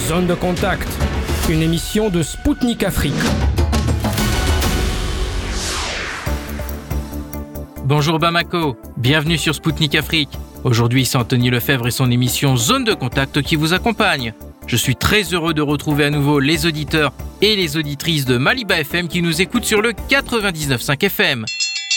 Zone de contact, une émission de Spoutnik Afrique. Bonjour Bamako, bienvenue sur Spoutnik Afrique. Aujourd'hui, c'est Anthony Lefebvre et son émission Zone de contact qui vous accompagne. Je suis très heureux de retrouver à nouveau les auditeurs et les auditrices de Maliba FM qui nous écoutent sur le 99.5 FM.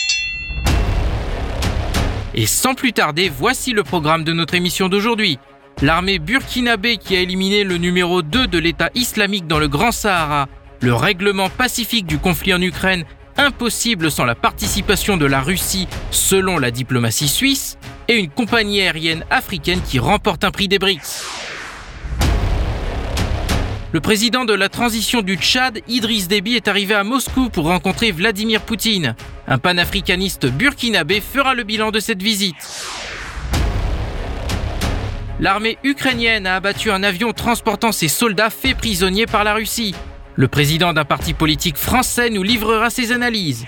Et sans plus tarder, voici le programme de notre émission d'aujourd'hui. L'armée burkinabé qui a éliminé le numéro 2 de l'État islamique dans le Grand Sahara, le règlement pacifique du conflit en Ukraine, impossible sans la participation de la Russie selon la diplomatie suisse, et une compagnie aérienne africaine qui remporte un prix des BRICS. Le président de la transition du Tchad, Idriss Déby, est arrivé à Moscou pour rencontrer Vladimir Poutine. Un panafricaniste burkinabé fera le bilan de cette visite. L'armée ukrainienne a abattu un avion transportant ses soldats faits prisonniers par la Russie. Le président d'un parti politique français nous livrera ses analyses.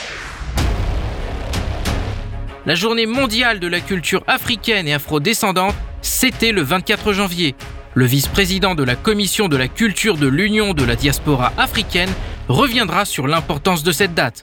La journée mondiale de la culture africaine et afro-descendante, c'était le 24 janvier. Le vice-président de la Commission de la culture de l'Union de la diaspora africaine reviendra sur l'importance de cette date.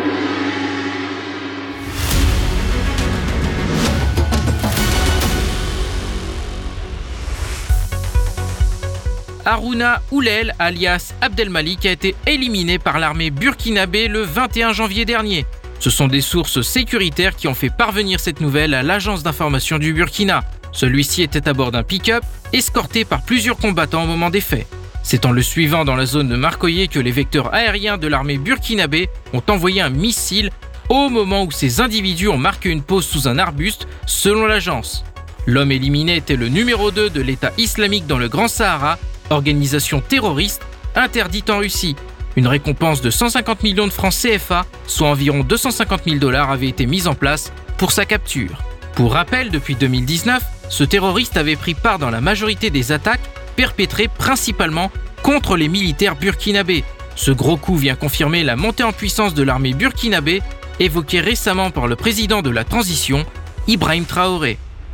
Harouna Oulel, alias Abdelmalik, a été éliminé par l'armée burkinabé le 21 janvier dernier. Ce sont des sources sécuritaires qui ont fait parvenir cette nouvelle à l'agence d'information du Burkina. Celui-ci était à bord d'un pick-up, escorté par plusieurs combattants au moment des faits. C'est en le suivant dans la zone de Marcoyé que les vecteurs aériens de l'armée burkinabé ont envoyé un missile au moment où ces individus ont marqué une pause sous un arbuste, selon l'agence. L'homme éliminé était le numéro 2 de l'État islamique dans le Grand Sahara, organisation terroriste interdite en Russie. Une récompense de 150 millions de francs CFA, soit environ 250 000 $, avait été mise en place pour sa capture. Pour rappel, depuis 2019, ce terroriste avait pris part dans la majorité des attaques perpétrées principalement contre les militaires burkinabés. Ce gros coup vient confirmer la montée en puissance de l'armée burkinabé, évoquée récemment par le président de la transition, Ibrahim Traoré.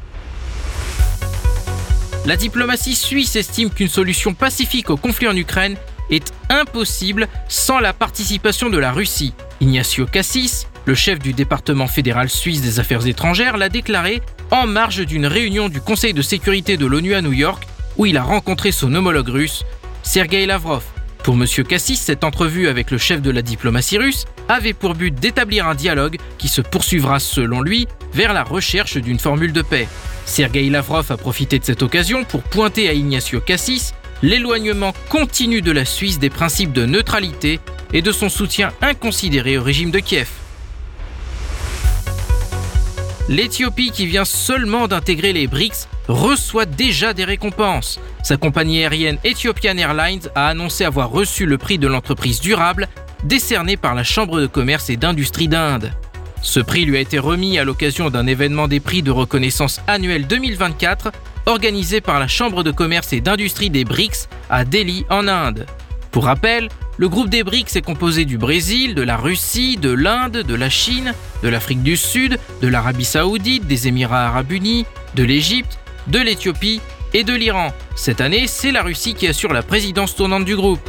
La diplomatie suisse estime qu'une solution pacifique au conflit en Ukraine est impossible sans la participation de la Russie. Ignacio Cassis, le chef du département fédéral suisse des affaires étrangères, l'a déclaré en marge d'une réunion du Conseil de sécurité de l'ONU à New York, où il a rencontré son homologue russe, Sergueï Lavrov. Pour M. Cassis, cette entrevue avec le chef de la diplomatie russe avait pour but d'établir un dialogue qui se poursuivra, selon lui, vers la recherche d'une formule de paix. Sergueï Lavrov a profité de cette occasion pour pointer à Ignacio Cassis l'éloignement continu de la Suisse des principes de neutralité et de son soutien inconsidéré au régime de Kiev. L'Éthiopie, qui vient seulement d'intégrer les BRICS, reçoit déjà des récompenses. Sa compagnie aérienne Ethiopian Airlines a annoncé avoir reçu le prix de l'entreprise durable décerné par la Chambre de commerce et d'industrie d'Inde. Ce prix lui a été remis à l'occasion d'un événement des prix de reconnaissance annuel 2024 organisé par la Chambre de commerce et d'industrie des BRICS à Delhi en Inde. Pour rappel, le groupe des BRICS est composé du Brésil, de la Russie, de l'Inde, de la Chine, de l'Afrique du Sud, de l'Arabie Saoudite, des Émirats Arabes Unis, de l'Égypte, de l'Éthiopie et de l'Iran. Cette année, c'est la Russie qui assure la présidence tournante du groupe.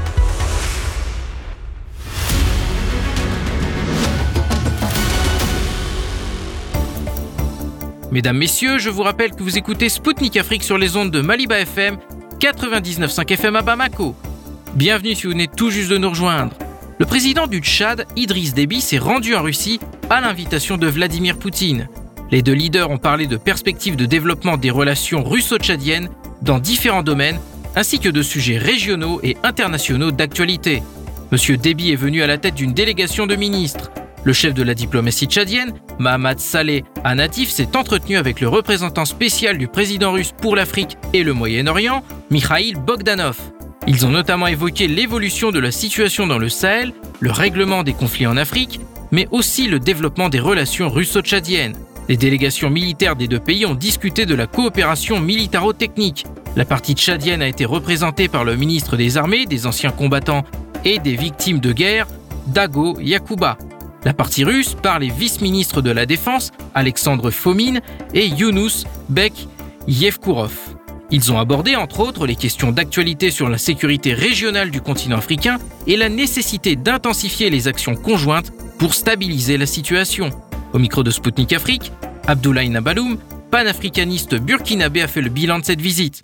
Mesdames, Messieurs, je vous rappelle que vous écoutez Spoutnik Afrique sur les ondes de Maliba FM, 99.5 FM à Bamako. Bienvenue si vous venez tout juste de nous rejoindre. Le président du Tchad, Idriss Déby, s'est rendu en Russie à l'invitation de Vladimir Poutine. Les deux leaders ont parlé de perspectives de développement des relations russo-tchadiennes dans différents domaines, ainsi que de sujets régionaux et internationaux d'actualité. M. Déby est venu à la tête d'une délégation de ministres. Le chef de la diplomatie tchadienne, Mahamat Saleh Anatif, s'est entretenu avec le représentant spécial du président russe pour l'Afrique et le Moyen-Orient, Mikhail Bogdanov. Ils ont notamment évoqué l'évolution de la situation dans le Sahel, le règlement des conflits en Afrique, mais aussi le développement des relations russo-tchadiennes. Les délégations militaires des deux pays ont discuté de la coopération militaro-technique. La partie tchadienne a été représentée par le ministre des Armées, des anciens combattants et des victimes de guerre, Dago Yakuba. La partie russe par les vice-ministres de la Défense, Alexandre Fomin et Younous Bek Yevkourov. Ils ont abordé, entre autres, les questions d'actualité sur la sécurité régionale du continent africain et la nécessité d'intensifier les actions conjointes pour stabiliser la situation. Au micro de Spoutnik Afrique, Abdoulaye Nabaloum, panafricaniste burkinabé, a fait le bilan de cette visite.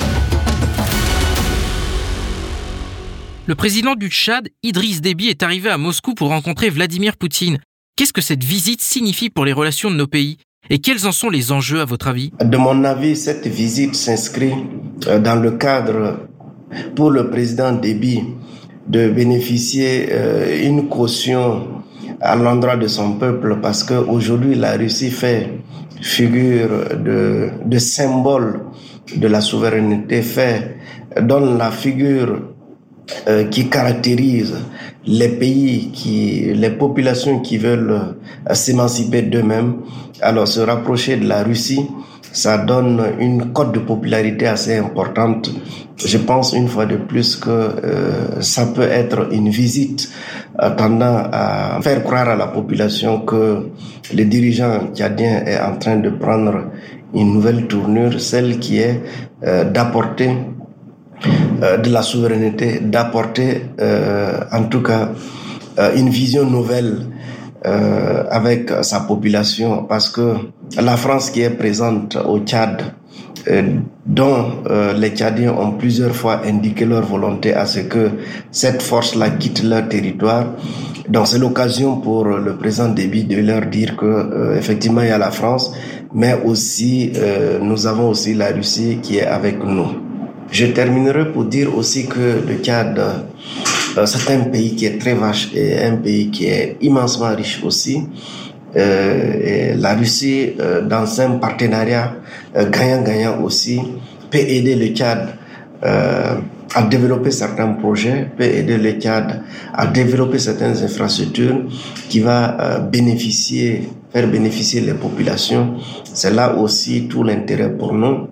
Le président du Tchad, Idriss Déby, est arrivé à Moscou pour rencontrer Vladimir Poutine. Qu'est-ce que cette visite signifie pour les relations de nos pays ? Et quels en sont les enjeux à votre avis ? De mon avis, cette visite s'inscrit dans le cadre pour le président Déby de bénéficier une caution à l'endroit de son peuple, parce qu'aujourd'hui la Russie fait figure de symbole de la souveraineté, donne la figure qui caractérise les pays, les populations qui veulent s'émanciper d'eux-mêmes. Alors se rapprocher de la Russie, ça donne une cote de popularité assez importante. Je pense une fois de plus que ça peut être une visite tendant à faire croire à la population que le dirigeant tchadien est en train de prendre une nouvelle tournure, celle qui est d'apporter de la souveraineté, d'apporter en tout cas une vision nouvelle avec sa population, parce que la France qui est présente au Tchad, dont les Tchadiens ont plusieurs fois indiqué leur volonté à ce que cette force-là quitte leur territoire. Donc c'est l'occasion pour le président Déby de leur dire que effectivement il y a la France, mais aussi nous avons aussi la Russie qui est avec nous. Je terminerai pour dire aussi que le Tchad, c'est un pays qui est très vaste et un pays qui est immensement riche aussi. Et la Russie, dans un partenariat gagnant-gagnant aussi, peut aider le Tchad à développer certains projets, peut aider le Tchad à développer certaines infrastructures qui va faire bénéficier les populations. C'est là aussi tout l'intérêt pour nous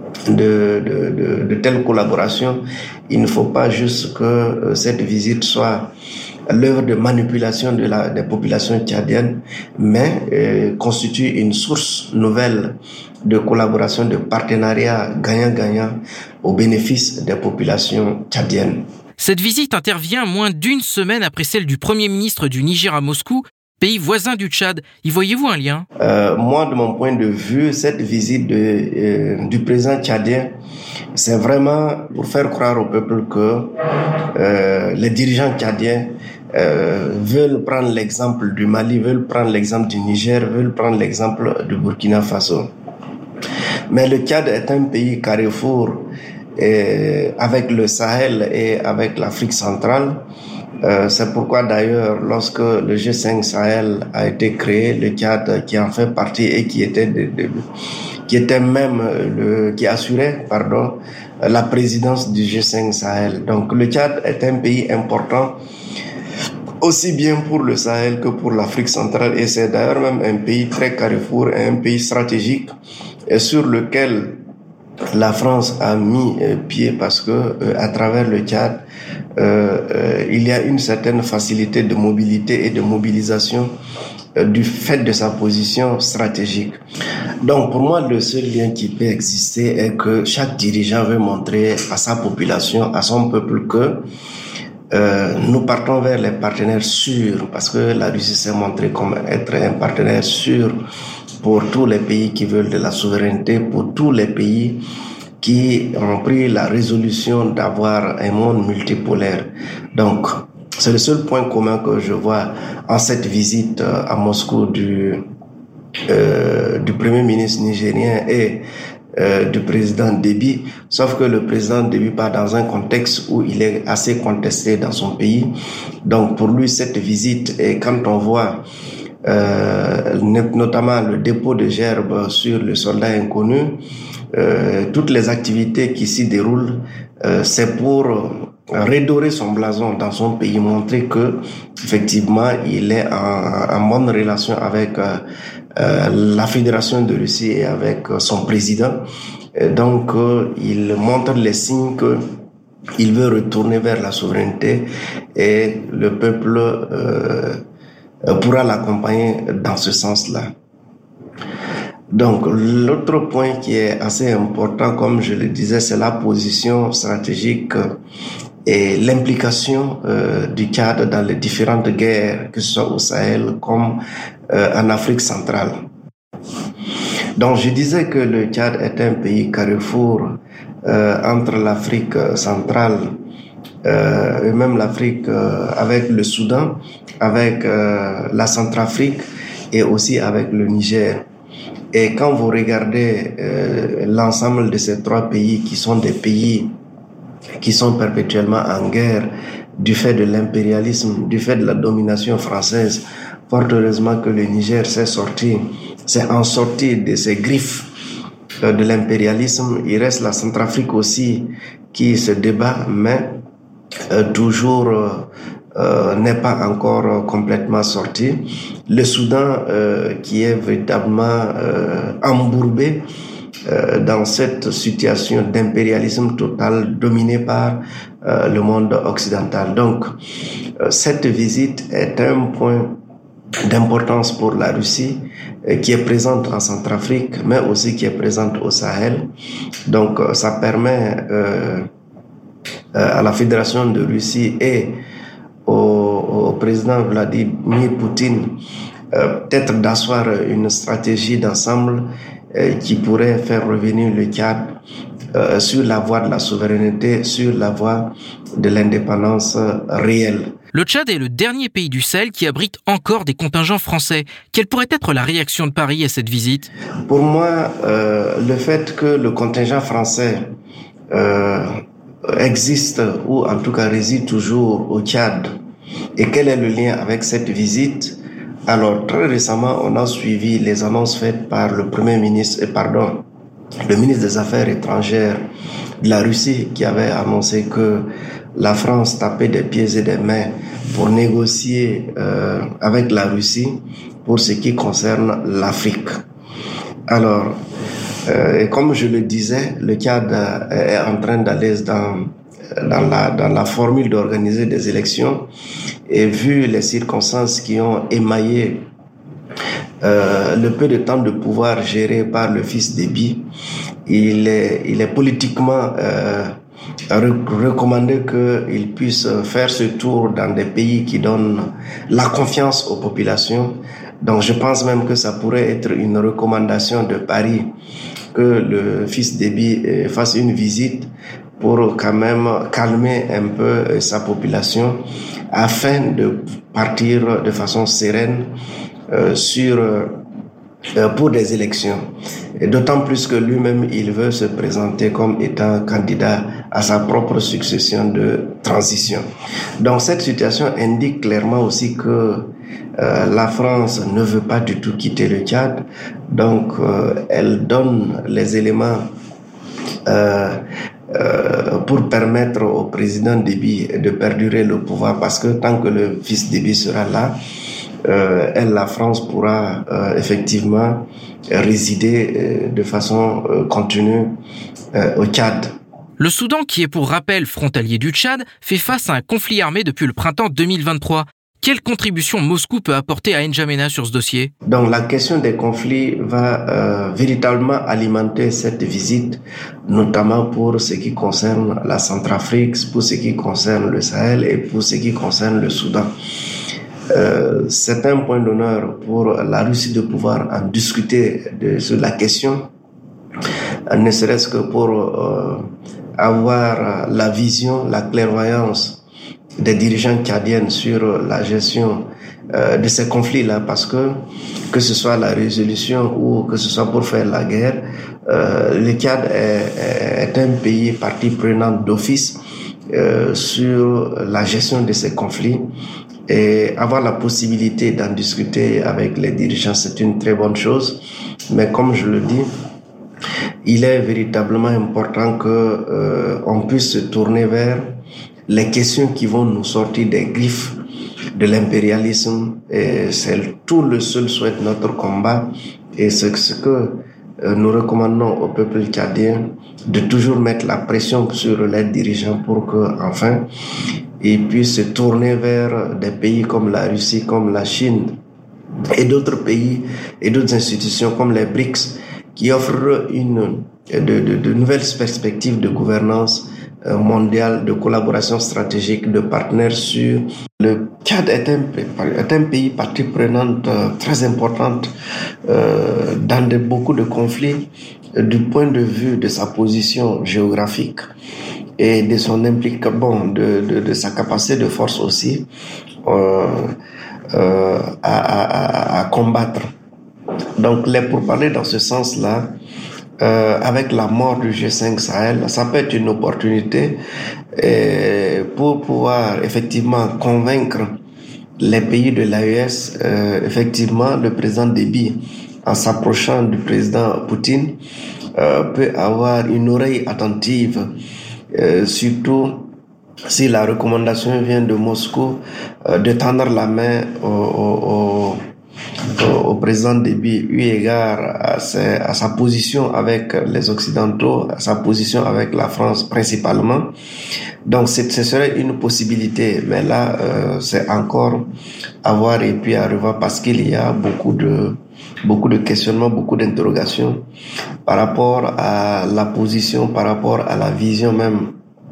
de telles collaborations. Il ne faut pas juste que cette visite soit l'œuvre de manipulation des populations tchadiennes, mais constitue une source nouvelle de collaboration, de partenariat gagnant-gagnant au bénéfice des populations tchadiennes. Cette visite intervient moins d'une semaine après celle du Premier ministre du Niger à Moscou, pays voisin du Tchad. Y voyez-vous un lien ? Moi, de mon point de vue, cette visite du président tchadien, c'est vraiment pour faire croire au peuple que les dirigeants tchadiens veulent prendre l'exemple du Mali, veulent prendre l'exemple du Niger, veulent prendre l'exemple du Burkina Faso. Mais le Tchad est un pays carrefour avec le Sahel et avec l'Afrique centrale. C'est pourquoi d'ailleurs, lorsque le G5 Sahel a été créé, le Tchad qui en fait partie et qui assurait la présidence du G5 Sahel. Donc le Tchad est un pays important aussi bien pour le Sahel que pour l'Afrique centrale, et c'est d'ailleurs même un pays très carrefour, un pays stratégique et sur lequel la France a mis pied, parce que à travers le Tchad, il y a une certaine facilité de mobilité et de mobilisation du fait de sa position stratégique. Donc pour moi, le seul lien qui peut exister est que chaque dirigeant veut montrer à sa population, à son peuple que nous partons vers les partenaires sûrs, parce que la Russie s'est montrée comme être un partenaire sûr pour tous les pays qui veulent de la souveraineté, pour tous les pays qui ont pris la résolution d'avoir un monde multipolaire. Donc, c'est le seul point commun que je vois en cette visite à Moscou du Premier ministre nigérien et du président Déby, sauf que le président Déby part dans un contexte où il est assez contesté dans son pays. Donc, pour lui, cette visite, et quand on voit notamment le dépôt de gerbes sur le soldat inconnu, toutes les activités qui s'y déroulent, c'est pour redorer son blason dans son pays, montrer que effectivement il est en bonne relation avec la Fédération de Russie et avec son président. Et donc il montre les signes que il veut retourner vers la souveraineté, et le peuple pourra l'accompagner dans ce sens-là. Donc, l'autre point qui est assez important, comme je le disais, c'est la position stratégique et l'implication du Tchad dans les différentes guerres, que ce soit au Sahel comme en Afrique centrale. Donc, je disais que le Tchad est un pays carrefour entre l'Afrique centrale et même l'Afrique avec le Soudan, avec la Centrafrique et aussi avec le Niger. Et quand vous regardez l'ensemble de ces trois pays qui sont des pays qui sont perpétuellement en guerre du fait de l'impérialisme, du fait de la domination française, fort heureusement que le Niger s'est en sorti de ces griffes de l'impérialisme. Il reste la Centrafrique aussi qui se débat, mais toujours n'est pas encore complètement sorti. Le Soudan qui est véritablement embourbé dans cette situation d'impérialisme total dominé par le monde occidental. Donc, cette visite est un point d'importance pour la Russie qui est présente en Centrafrique, mais aussi qui est présente au Sahel. Donc, ça permet à la Fédération de Russie et au président Vladimir Poutine peut-être d'asseoir une stratégie d'ensemble qui pourrait faire revenir le Tchad sur la voie de la souveraineté, sur la voie de l'indépendance réelle. Le Tchad est le dernier pays du Sahel qui abrite encore des contingents français. Quelle pourrait être la réaction de Paris à cette visite ? Pour moi, le fait que le contingent français existe ou en tout cas réside toujours au Tchad et quel est le lien avec cette visite? Alors très récemment, on a suivi les annonces faites par le ministre des Affaires étrangères de la Russie qui avait annoncé que la France tapait des pieds et des mains pour négocier avec la Russie pour ce qui concerne l'Afrique. Alors, comme je le disais, le Tchad est en train d'aller dans la formule d'organiser des élections et vu les circonstances qui ont émaillé le peu de temps de pouvoir géré par le fils Déby, il est politiquement recommandé qu'il puisse faire ce tour dans des pays qui donnent la confiance aux populations. Donc je pense même que ça pourrait être une recommandation de Paris que le fils Déby fasse une visite pour quand même calmer un peu sa population afin de partir de façon sereine pour des élections. Et d'autant plus que lui-même, il veut se présenter comme étant candidat à sa propre succession de transition. Donc cette situation indique clairement aussi que la France ne veut pas du tout quitter le Tchad. Donc elle donne les éléments pour permettre au président Déby de perdurer le pouvoir, parce que tant que le fils Déby sera là, la France pourra effectivement résider de façon continue au Tchad. Le Soudan, qui est pour rappel frontalier du Tchad, fait face à un conflit armé depuis le printemps 2023. Quelle contribution Moscou peut apporter à N'Djamena sur ce dossier ? Donc la question des conflits va véritablement alimenter cette visite, notamment pour ce qui concerne la Centrafrique, pour ce qui concerne le Sahel et pour ce qui concerne le Soudan. C'est un point d'honneur pour la Russie de pouvoir en discuter sur la question, ne serait-ce que pour avoir la vision, la clairvoyance des dirigeants tchadiens sur la gestion de ces conflits-là, parce que ce soit la résolution ou que ce soit pour faire la guerre, le Tchad est un pays partie prenante d'office sur la gestion de ces conflits. Et avoir la possibilité d'en discuter avec les dirigeants, c'est une très bonne chose. Mais comme je le dis, il est véritablement important que on puisse se tourner vers les questions qui vont nous sortir des griffes de l'impérialisme. Et c'est tout le seul souhait de notre combat. Et c'est ce que nous recommandons au peuple tchadien, de toujours mettre la pression sur les dirigeants pour que, enfin, ils puissent se tourner vers des pays comme la Russie, comme la Chine, et d'autres pays et d'autres institutions comme les BRICS qui offrent de nouvelles perspectives de gouvernance mondiale, de collaboration stratégique, de partenaires sûrs. Le Tchad est un pays partie prenante très importante dans beaucoup de conflits du point de vue de sa position géographique et de son de sa capacité de force aussi à combattre. Donc les pourparlers dans ce sens-là, avec la mort du G5 Sahel, ça peut être une opportunité pour pouvoir effectivement convaincre les pays de l'AES. Effectivement, le président Déby, en s'approchant du président Poutine, peut avoir une oreille attentive, surtout si la recommandation vient de Moscou, de tendre la main au président Déby, eu égard à sa position avec les Occidentaux, à sa position avec la France principalement. Donc ce serait une possibilité, mais là c'est encore à voir et puis à revoir parce qu'il y a beaucoup de questionnements, beaucoup d'interrogations par rapport à la position, par rapport à la vision même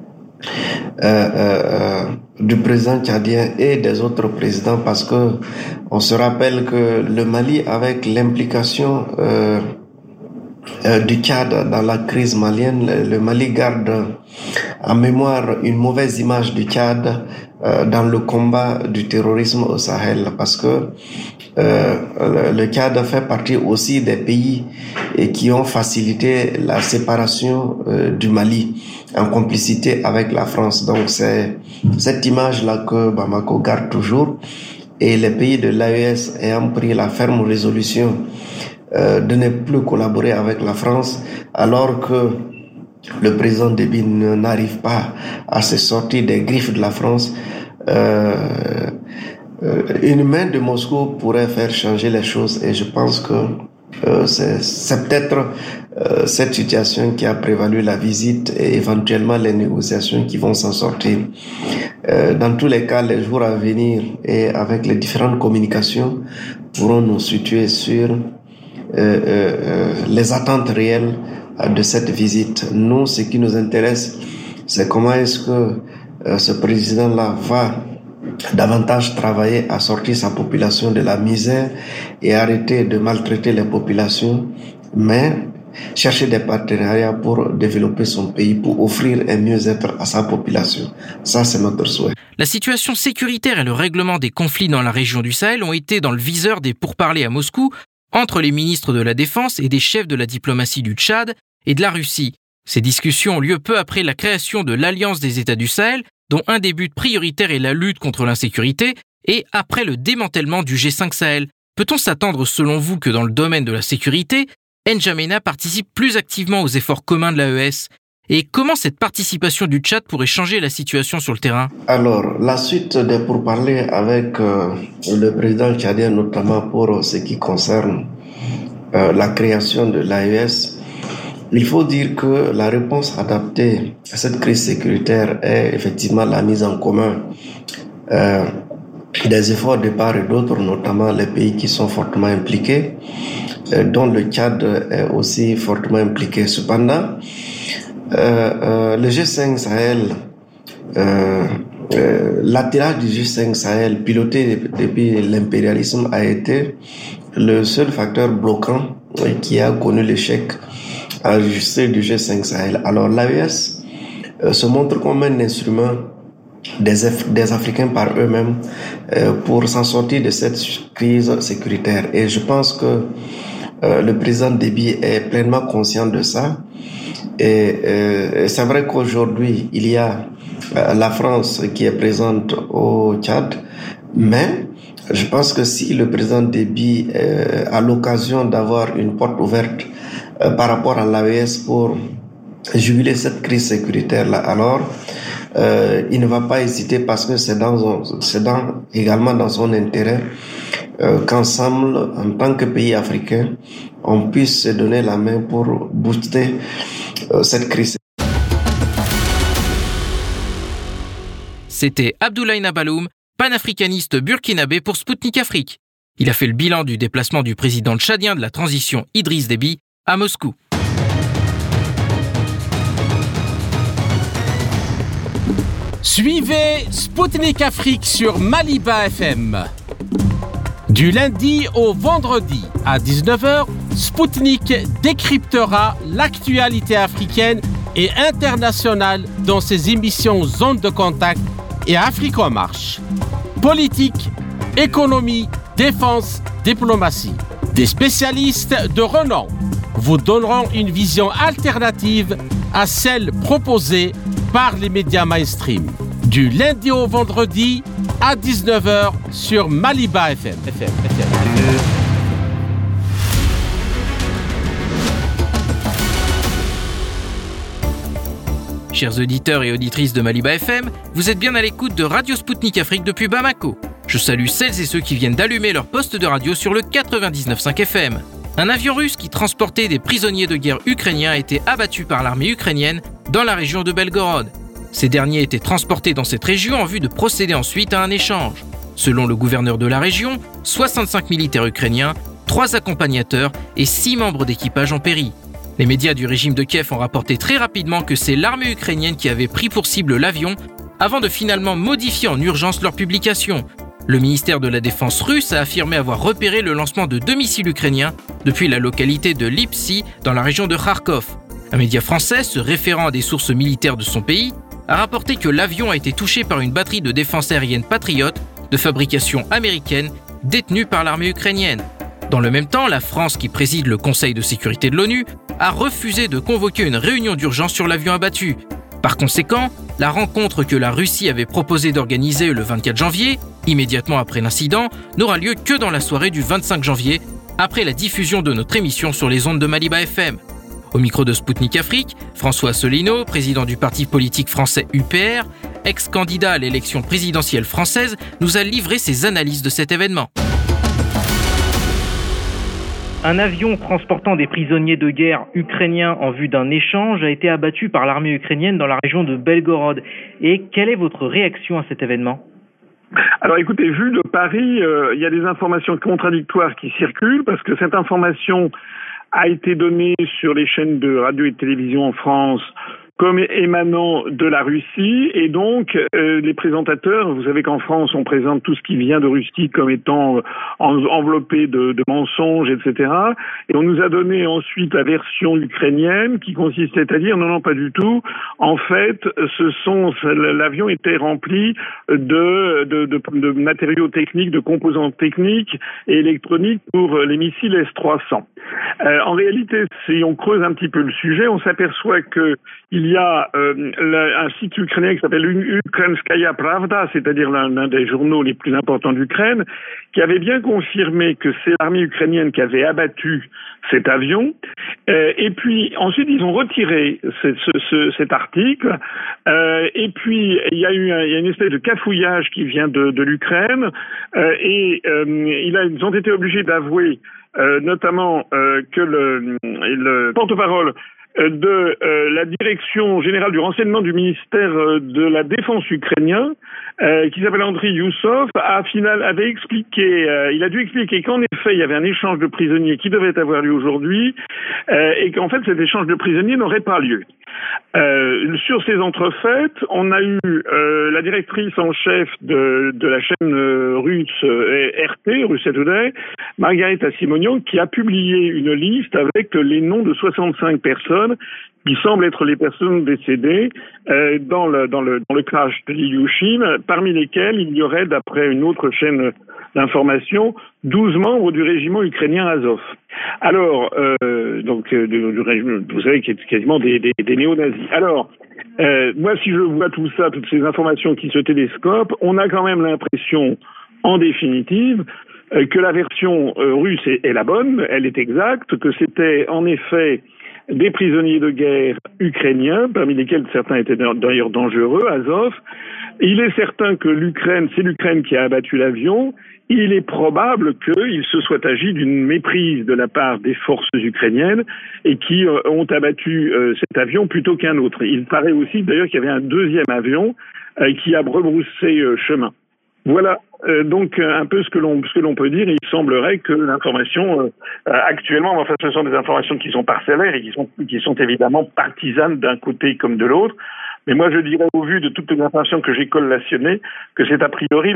du président tchadien et des autres présidents, parce que on se rappelle que le Mali, avec l'implication du Tchad dans la crise malienne, le Mali garde en mémoire une mauvaise image du Tchad dans le combat du terrorisme au Sahel, parce que le Tchad fait partie aussi des pays qui ont facilité la séparation du Mali en complicité avec la France. Donc c'est cette image-là que Bamako garde toujours, et les pays de l'AES ayant pris la ferme résolution de ne plus collaborer avec la France, alors que le président Déby n'arrive pas à se sortir des griffes de la France. Une main de Moscou pourrait faire changer les choses, et je pense que c'est peut-être cette situation qui a prévalu la visite et éventuellement les négociations qui vont s'en sortir. Dans tous les cas, les jours à venir et avec les différentes communications pourront nous situer sur les attentes réelles de cette visite. Nous, ce qui nous intéresse, c'est comment est-ce que ce président-là va davantage travailler à sortir sa population de la misère et arrêter de maltraiter les populations, mais chercher des partenariats pour développer son pays, pour offrir un mieux-être à sa population. Ça, c'est notre souhait. La situation sécuritaire et le règlement des conflits dans la région du Sahel ont été dans le viseur des pourparlers à Moscou entre les ministres de la Défense et des chefs de la diplomatie du Tchad et de la Russie. Ces discussions ont lieu peu après la création de l'Alliance des États du Sahel, dont un des buts prioritaires est la lutte contre l'insécurité, et après le démantèlement du G5 Sahel. Peut-on s'attendre selon vous que dans le domaine de la sécurité, N'Djamena participe plus activement aux efforts communs de l'AES? Et comment cette participation du Tchad pourrait changer la situation sur le terrain? Alors, la suite des pourparlers avec le président tchadien, notamment pour ce qui concerne la création de l'AES, il faut dire que la réponse adaptée à cette crise sécuritaire est effectivement la mise en commun des efforts de part et d'autre, notamment les pays qui sont fortement impliqués, dont le Tchad est aussi fortement impliqué. Cependant, le G5 Sahel, l'attirage du G5 Sahel piloté depuis l'impérialisme a été le seul facteur bloquant qui a connu l'échec enregistré du G5 Sahel. Alors l'AES se montre comme un instrument des Africains par eux-mêmes pour s'en sortir de cette crise sécuritaire. Et je pense que le président Déby est pleinement conscient de ça. Et c'est vrai qu'aujourd'hui, il y a la France qui est présente au Tchad, mais je pense que si le président Déby a l'occasion d'avoir une porte ouverte par rapport à l'AES pour juguler cette crise sécuritaire-là, alors il ne va pas hésiter, parce que c'est également dans son intérêt qu'ensemble, en tant que pays africain, on puisse se donner la main pour booster cette crise. C'était Abdoulaye Nabaloum, panafricaniste burkinabé pour Spoutnik Afrique. Il a fait le bilan du déplacement du président tchadien de la transition Idriss Déby à Moscou. Suivez Spoutnik Afrique sur Maliba FM. Du lundi au vendredi à 19h, Spoutnik décryptera l'actualité africaine et internationale dans ses émissions Zone de Contact et Afrique en marche. Politique, économie, défense, diplomatie. Des spécialistes de renom vous donneront une vision alternative à celle proposée par les médias mainstream. Du lundi au vendredi à 19h sur Maliba FM. Chers auditeurs et auditrices de Maliba FM, vous êtes bien à l'écoute de Radio Spoutnik Afrique depuis Bamako. Je salue celles et ceux qui viennent d'allumer leur poste de radio sur le 99.5 FM. Un avion russe qui transportait des prisonniers de guerre ukrainiens a été abattu par l'armée ukrainienne dans la région de Belgorod. Ces derniers étaient transportés dans cette région en vue de procéder ensuite à un échange. Selon le gouverneur de la région, 65 militaires ukrainiens, 3 accompagnateurs et 6 membres d'équipage ont péri. Les médias du régime de Kiev ont rapporté très rapidement que c'est l'armée ukrainienne qui avait pris pour cible l'avion avant de finalement modifier en urgence leur publication. Le ministère de la Défense russe a affirmé avoir repéré le lancement de 2 missiles ukrainiens depuis la localité de Lipsy dans la région de Kharkov. Un média français, se référant à des sources militaires de son pays, a rapporté que l'avion a été touché par une batterie de défense aérienne Patriot de fabrication américaine détenue par l'armée ukrainienne. Dans le même temps, la France, qui préside le Conseil de sécurité de l'ONU, a refusé de convoquer une réunion d'urgence sur l'avion abattu. Par conséquent, la rencontre que la Russie avait proposé d'organiser le 24 janvier, immédiatement après l'incident, n'aura lieu que dans la soirée du 25 janvier, après la diffusion de notre émission sur les ondes de Maliba FM. Au micro de Spoutnik Afrique, François Asselineau, président du parti politique français UPR, ex-candidat à l'élection présidentielle française, nous a livré ses analyses de cet événement. Un avion transportant des prisonniers de guerre ukrainiens en vue d'un échange a été abattu par l'armée ukrainienne dans la région de Belgorod. Et quelle est votre réaction à cet événement ? Alors écoutez, vu de Paris, il y a des informations contradictoires qui circulent parce que cette information a été donnée sur les chaînes de radio et de télévision en France comme émanant de la Russie, et donc les présentateurs, vous savez qu'en France on présente tout ce qui vient de Russie comme étant enveloppé de mensonges, etc. Et on nous a donné ensuite la version ukrainienne qui consistait à dire non, pas du tout. En fait, l'avion était rempli de matériaux techniques, de composants techniques et électroniques pour les missiles S-300. En réalité, si on creuse un petit peu le sujet, on s'aperçoit que il y a un site ukrainien qui s'appelle Ukrainskaya Pravda, c'est-à-dire l'un des journaux les plus importants d'Ukraine, qui avait bien confirmé que c'est l'armée ukrainienne qui avait abattu cet avion. Et puis ensuite ils ont retiré cet article. Et puis il y a une espèce de cafouillage qui vient de l'Ukraine. Ils ont été obligés d'avouer notamment que le porte-parole de la direction générale du renseignement du ministère de la Défense ukrainien, qui s'appelle Andriy Youssov, avait expliqué, il a dû expliquer qu'en effet il y avait un échange de prisonniers qui devait avoir lieu aujourd'hui, et qu'en fait cet échange de prisonniers n'aurait pas lieu. Sur ces entrefaites, on a eu la directrice en chef de la chaîne russe RT, Russia Today, Margarita Simonian, qui a publié une liste avec les noms de 65 personnes qui semblent être les personnes décédées dans le crash de l'Ilyushin, parmi lesquelles il y aurait, d'après une autre chaîne d'information, 12 membres du régiment ukrainien Azov. Alors, du régime, vous savez, qui est quasiment des néo-nazis. Alors, moi, si je vois tout ça, toutes ces informations qui se télescopent, on a quand même l'impression, en définitive, que la version russe est la bonne, elle est exacte, que c'était en effet des prisonniers de guerre ukrainiens, parmi lesquels certains étaient d'ailleurs dangereux, Azov. Il est certain que c'est l'Ukraine qui a abattu l'avion. Il est probable qu'il se soit agi d'une méprise de la part des forces ukrainiennes et qui ont abattu cet avion plutôt qu'un autre. Il paraît aussi d'ailleurs qu'il y avait un deuxième avion qui a rebroussé chemin. Voilà donc un peu ce que l'on peut dire. Il semblerait que l'information actuellement, enfin, ce sont des informations qui sont parcellaires et qui sont évidemment partisanes d'un côté comme de l'autre. Mais moi, je dirais, au vu de toutes les informations que j'ai collationnées, que c'est a priori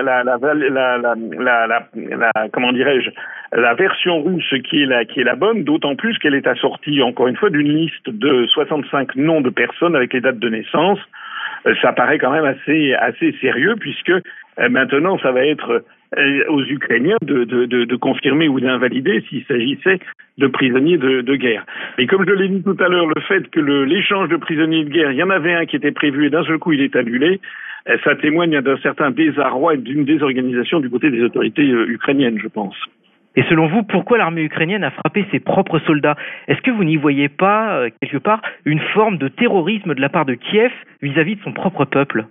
comment dirais-je, la version russe qui est la bonne, d'autant plus qu'elle est assortie, encore une fois, d'une liste de 65 noms de personnes avec les dates de naissance. Ça paraît quand même assez sérieux, puisque maintenant, ça va être aux Ukrainiens de confirmer ou d'invalider s'il s'agissait de prisonniers de guerre. Et comme je l'ai dit tout à l'heure, le fait que l'échange de prisonniers de guerre, il y en avait un qui était prévu et d'un seul coup il est annulé, ça témoigne d'un certain désarroi et d'une désorganisation du côté des autorités ukrainiennes, je pense. Et selon vous, pourquoi l'armée ukrainienne a frappé ses propres soldats? Est-ce que vous n'y voyez pas, quelque part, une forme de terrorisme de la part de Kiev vis-à-vis de son propre peuple?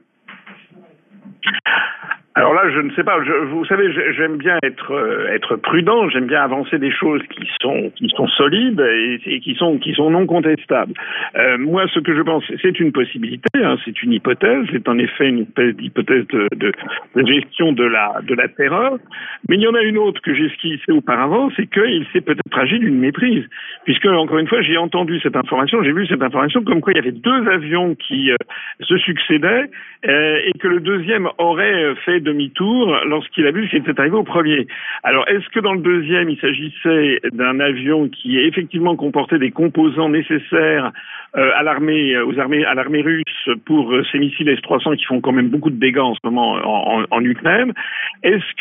Alors là, je ne sais pas. Vous savez, j'aime bien être prudent. J'aime bien avancer des choses qui sont solides et qui sont non contestables. Moi, ce que je pense, c'est une possibilité, hein, c'est une hypothèse. C'est en effet une hypothèse de gestion de la terreur. Mais il y en a une autre que j'ai esquissée auparavant, c'est qu'il s'est peut-être agi d'une méprise, puisque encore une fois, j'ai entendu cette information, j'ai vu cette information comme quoi il y avait deux avions qui se succédaient et que le deuxième aurait fait demi-tour lorsqu'il a vu ce qui était arrivé au premier. Alors, est-ce que dans le deuxième, il s'agissait d'un avion qui effectivement comportait des composants nécessaires à l'armée russe pour ces missiles S-300 qui font quand même beaucoup de dégâts en ce moment en Ukraine? Est-ce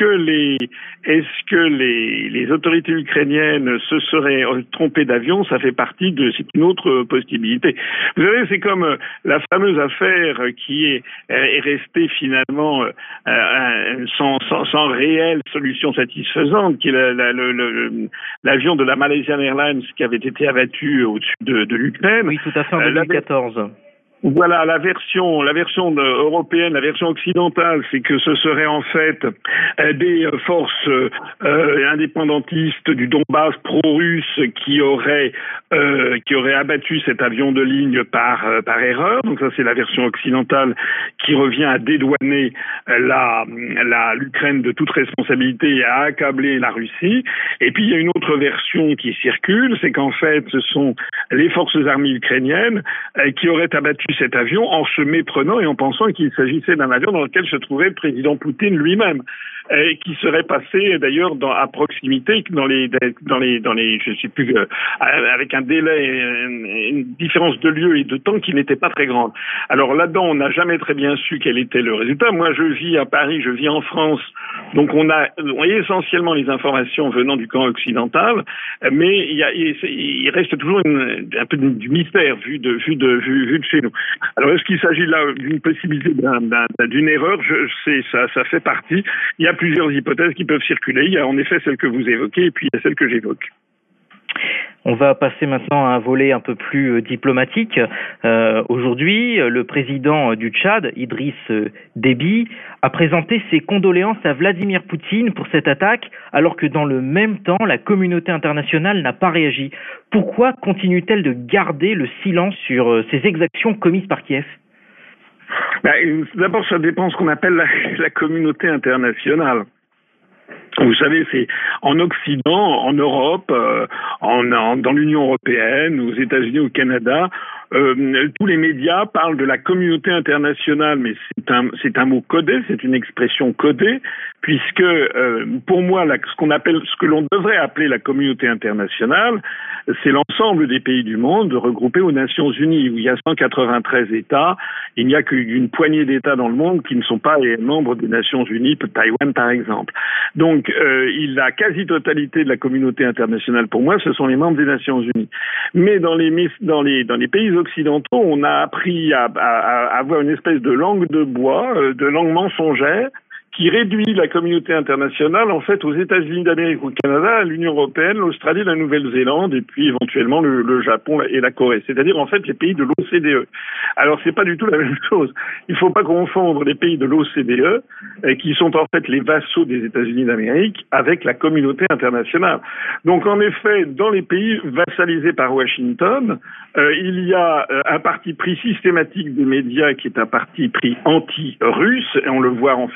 que les autorités ukrainiennes se seraient trompées d'avion? Ça fait partie c'est une autre possibilité. Vous savez, c'est comme la fameuse affaire qui est restée finalement sans réelle solution satisfaisante, qui est l'avion de la Malaysian Airlines qui avait été abattu au-dessus de l'Ukraine. Oui, tout à fait, en 2014. Voilà, la version européenne, la version occidentale, c'est que ce serait en fait des forces indépendantistes du Donbass pro-russe qui auraient abattu cet avion de ligne par erreur. Donc ça, c'est la version occidentale qui revient à dédouaner l'Ukraine de toute responsabilité et à accabler la Russie. Et puis il y a une autre version qui circule, c'est qu'en fait, ce sont les forces armées ukrainiennes qui auraient abattu cet avion en se méprenant et en pensant qu'il s'agissait d'un avion dans lequel se trouvait le président Poutine lui-même, et qui serait passé d'ailleurs à proximité dans les je sais plus, avec un délai, une différence de lieu et de temps qui n'était pas très grande. Alors là-dedans, on n'a jamais très bien su quel était le résultat. Moi, je vis à Paris, je vis en France, donc on a essentiellement les informations venant du camp occidental, mais il reste toujours un peu du mystère vu de chez nous. Alors, est-ce qu'il s'agit là d'une possibilité d'une erreur? Ça fait partie. Il y a plusieurs hypothèses qui peuvent circuler. Il y a en effet celle que vous évoquez et puis il y a celle que j'évoque. On va passer maintenant à un volet un peu plus diplomatique. Aujourd'hui, le président du Tchad, Idriss Déby, a présenté ses condoléances à Vladimir Poutine pour cette attaque, alors que dans le même temps, la communauté internationale n'a pas réagi. Pourquoi continue-t-elle de garder le silence sur ces exactions commises par Kiev? D'abord, ça dépend de ce qu'on appelle la communauté internationale. Vous savez, c'est en Occident, en Europe, dans l'Union européenne, aux États-Unis, au Canada, tous les médias parlent de la communauté internationale, mais c'est un mot codé, c'est une expression codée, puisque pour moi, ce que l'on devrait appeler la communauté internationale, c'est l'ensemble des pays du monde regroupés aux Nations Unies, où il y a 193 États. Il n'y a qu'une poignée d'États dans le monde qui ne sont pas les membres des Nations Unies, Taïwan par exemple. Donc, la quasi-totalité de la communauté internationale, pour moi, ce sont les membres des Nations Unies. Mais dans les pays occidentaux, on a appris à avoir une espèce de langue de bois, de langue mensongère, qui réduit la communauté internationale, en fait, aux États-Unis d'Amérique, au Canada, à l'Union européenne, l'Australie, la Nouvelle-Zélande, et puis éventuellement le Japon et la Corée. C'est-à-dire, en fait, les pays de l'OCDE. Alors, c'est pas du tout la même chose. Il faut pas confondre les pays de l'OCDE, qui sont en fait les vassaux des États-Unis d'Amérique, avec la communauté internationale. Donc, en effet, dans les pays vassalisés par Washington, il y a un parti pris systématique des médias qui est un parti pris anti-russe, et on le voit en France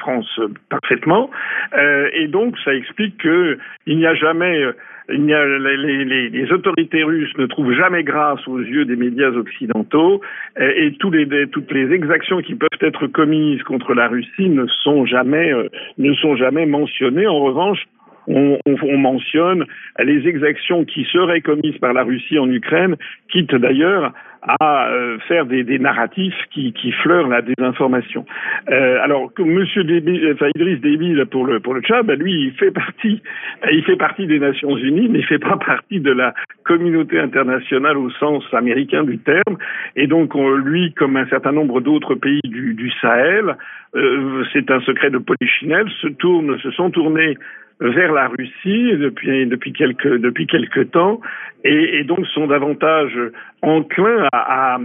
parfaitement, et donc ça explique que il n'y a jamais les autorités russes ne trouvent jamais grâce aux yeux des médias occidentaux, et toutes les exactions qui peuvent être commises contre la Russie ne sont jamais mentionnées. En revanche, on mentionne les exactions qui seraient commises par la Russie en Ukraine, quitte d'ailleurs à faire des narratifs qui fleurent la désinformation. Alors que Idriss Déby pour le Tchad, lui il fait partie des Nations Unies, mais il fait pas partie de la communauté internationale au sens américain du terme. Et donc lui, comme un certain nombre d'autres pays du Sahel, c'est un secret de polichinelle, se sont tournés vers la Russie depuis quelque temps, et donc sont davantage enclins à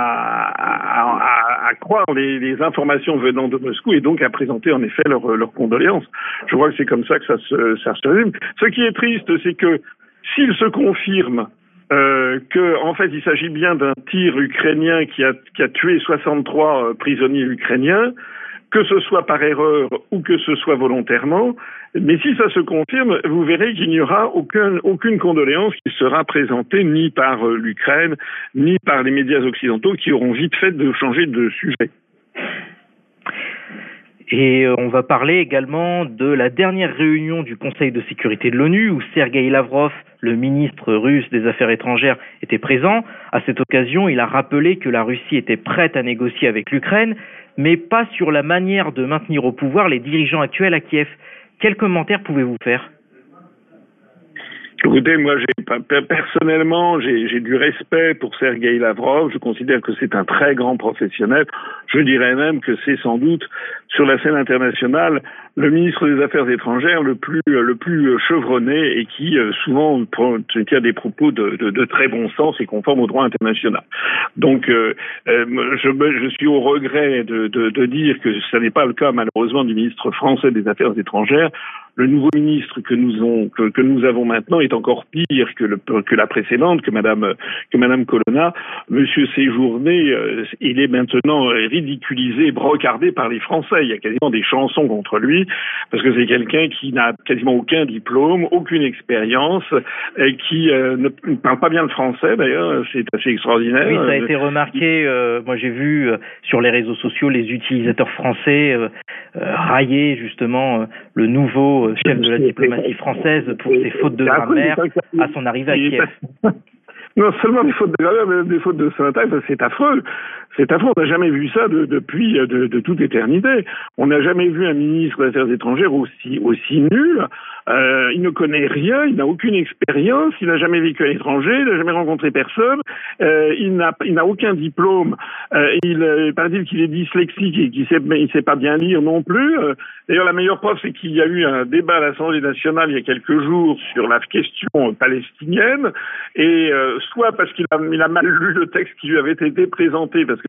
croire les informations venant de Moscou, et donc à présenter en effet leurs condoléances. Je crois que c'est comme ça que ça se résume. Ce qui est triste, c'est que s'il se confirme que en fait il s'agit bien d'un tir ukrainien qui a tué 63 prisonniers ukrainiens, que ce soit par erreur ou que ce soit volontairement, mais si ça se confirme, vous verrez qu'il n'y aura aucune condoléance qui sera présentée ni par l'Ukraine, ni par les médias occidentaux, qui auront vite fait de changer de sujet. Et on va parler également de la dernière réunion du Conseil de sécurité de l'ONU où Sergueï Lavrov, le ministre russe des Affaires étrangères, était présent. À cette occasion, il a rappelé que la Russie était prête à négocier avec l'Ukraine, mais pas sur la manière de maintenir au pouvoir les dirigeants actuels à Kiev. Quel commentaire pouvez-vous faire ? Écoutez, moi, personnellement, j'ai du respect pour Sergueï Lavrov. Je considère que c'est un très grand professionnel. Je dirais même que c'est sans doute, sur la scène internationale, le ministre des Affaires étrangères le plus chevronné, et qui souvent tient des propos de très bon sens et conformes au droit international. Donc, je suis au regret de dire que ce n'est pas le cas, malheureusement, du ministre français des Affaires étrangères. Le nouveau ministre que nous avons maintenant est encore pire que la précédente, que Madame Colonna. Monsieur Séjourné, il est maintenant ridiculisé, brocardé par les Français. Il y a quasiment des chansons contre lui, parce que c'est quelqu'un qui n'a quasiment aucun diplôme, aucune expérience, et qui ne parle pas bien le français d'ailleurs. C'est assez extraordinaire. Oui, ça a été remarqué. Moi, j'ai vu sur les réseaux sociaux les utilisateurs français railler justement le nouveau chef de la diplomatie française pour ses fautes de grammaire à son arrivée à Kiev. Non seulement des fautes de grammaire, mais des fautes de syntaxe, c'est affreux. C'est affreux, on n'a jamais vu ça depuis de toute éternité. On n'a jamais vu un ministre des Affaires étrangères aussi nul. Il ne connaît rien, il n'a aucune expérience, il n'a jamais vécu à l'étranger, il n'a jamais rencontré personne, il n'a aucun diplôme. Paraît-il qu'il est dyslexique et il sait pas bien lire non plus. D'ailleurs, la meilleure preuve, c'est qu'il y a eu un débat à l'Assemblée nationale il y a quelques jours sur la question palestinienne, et soit parce qu'il a mal lu le texte qui lui avait été présenté, parce que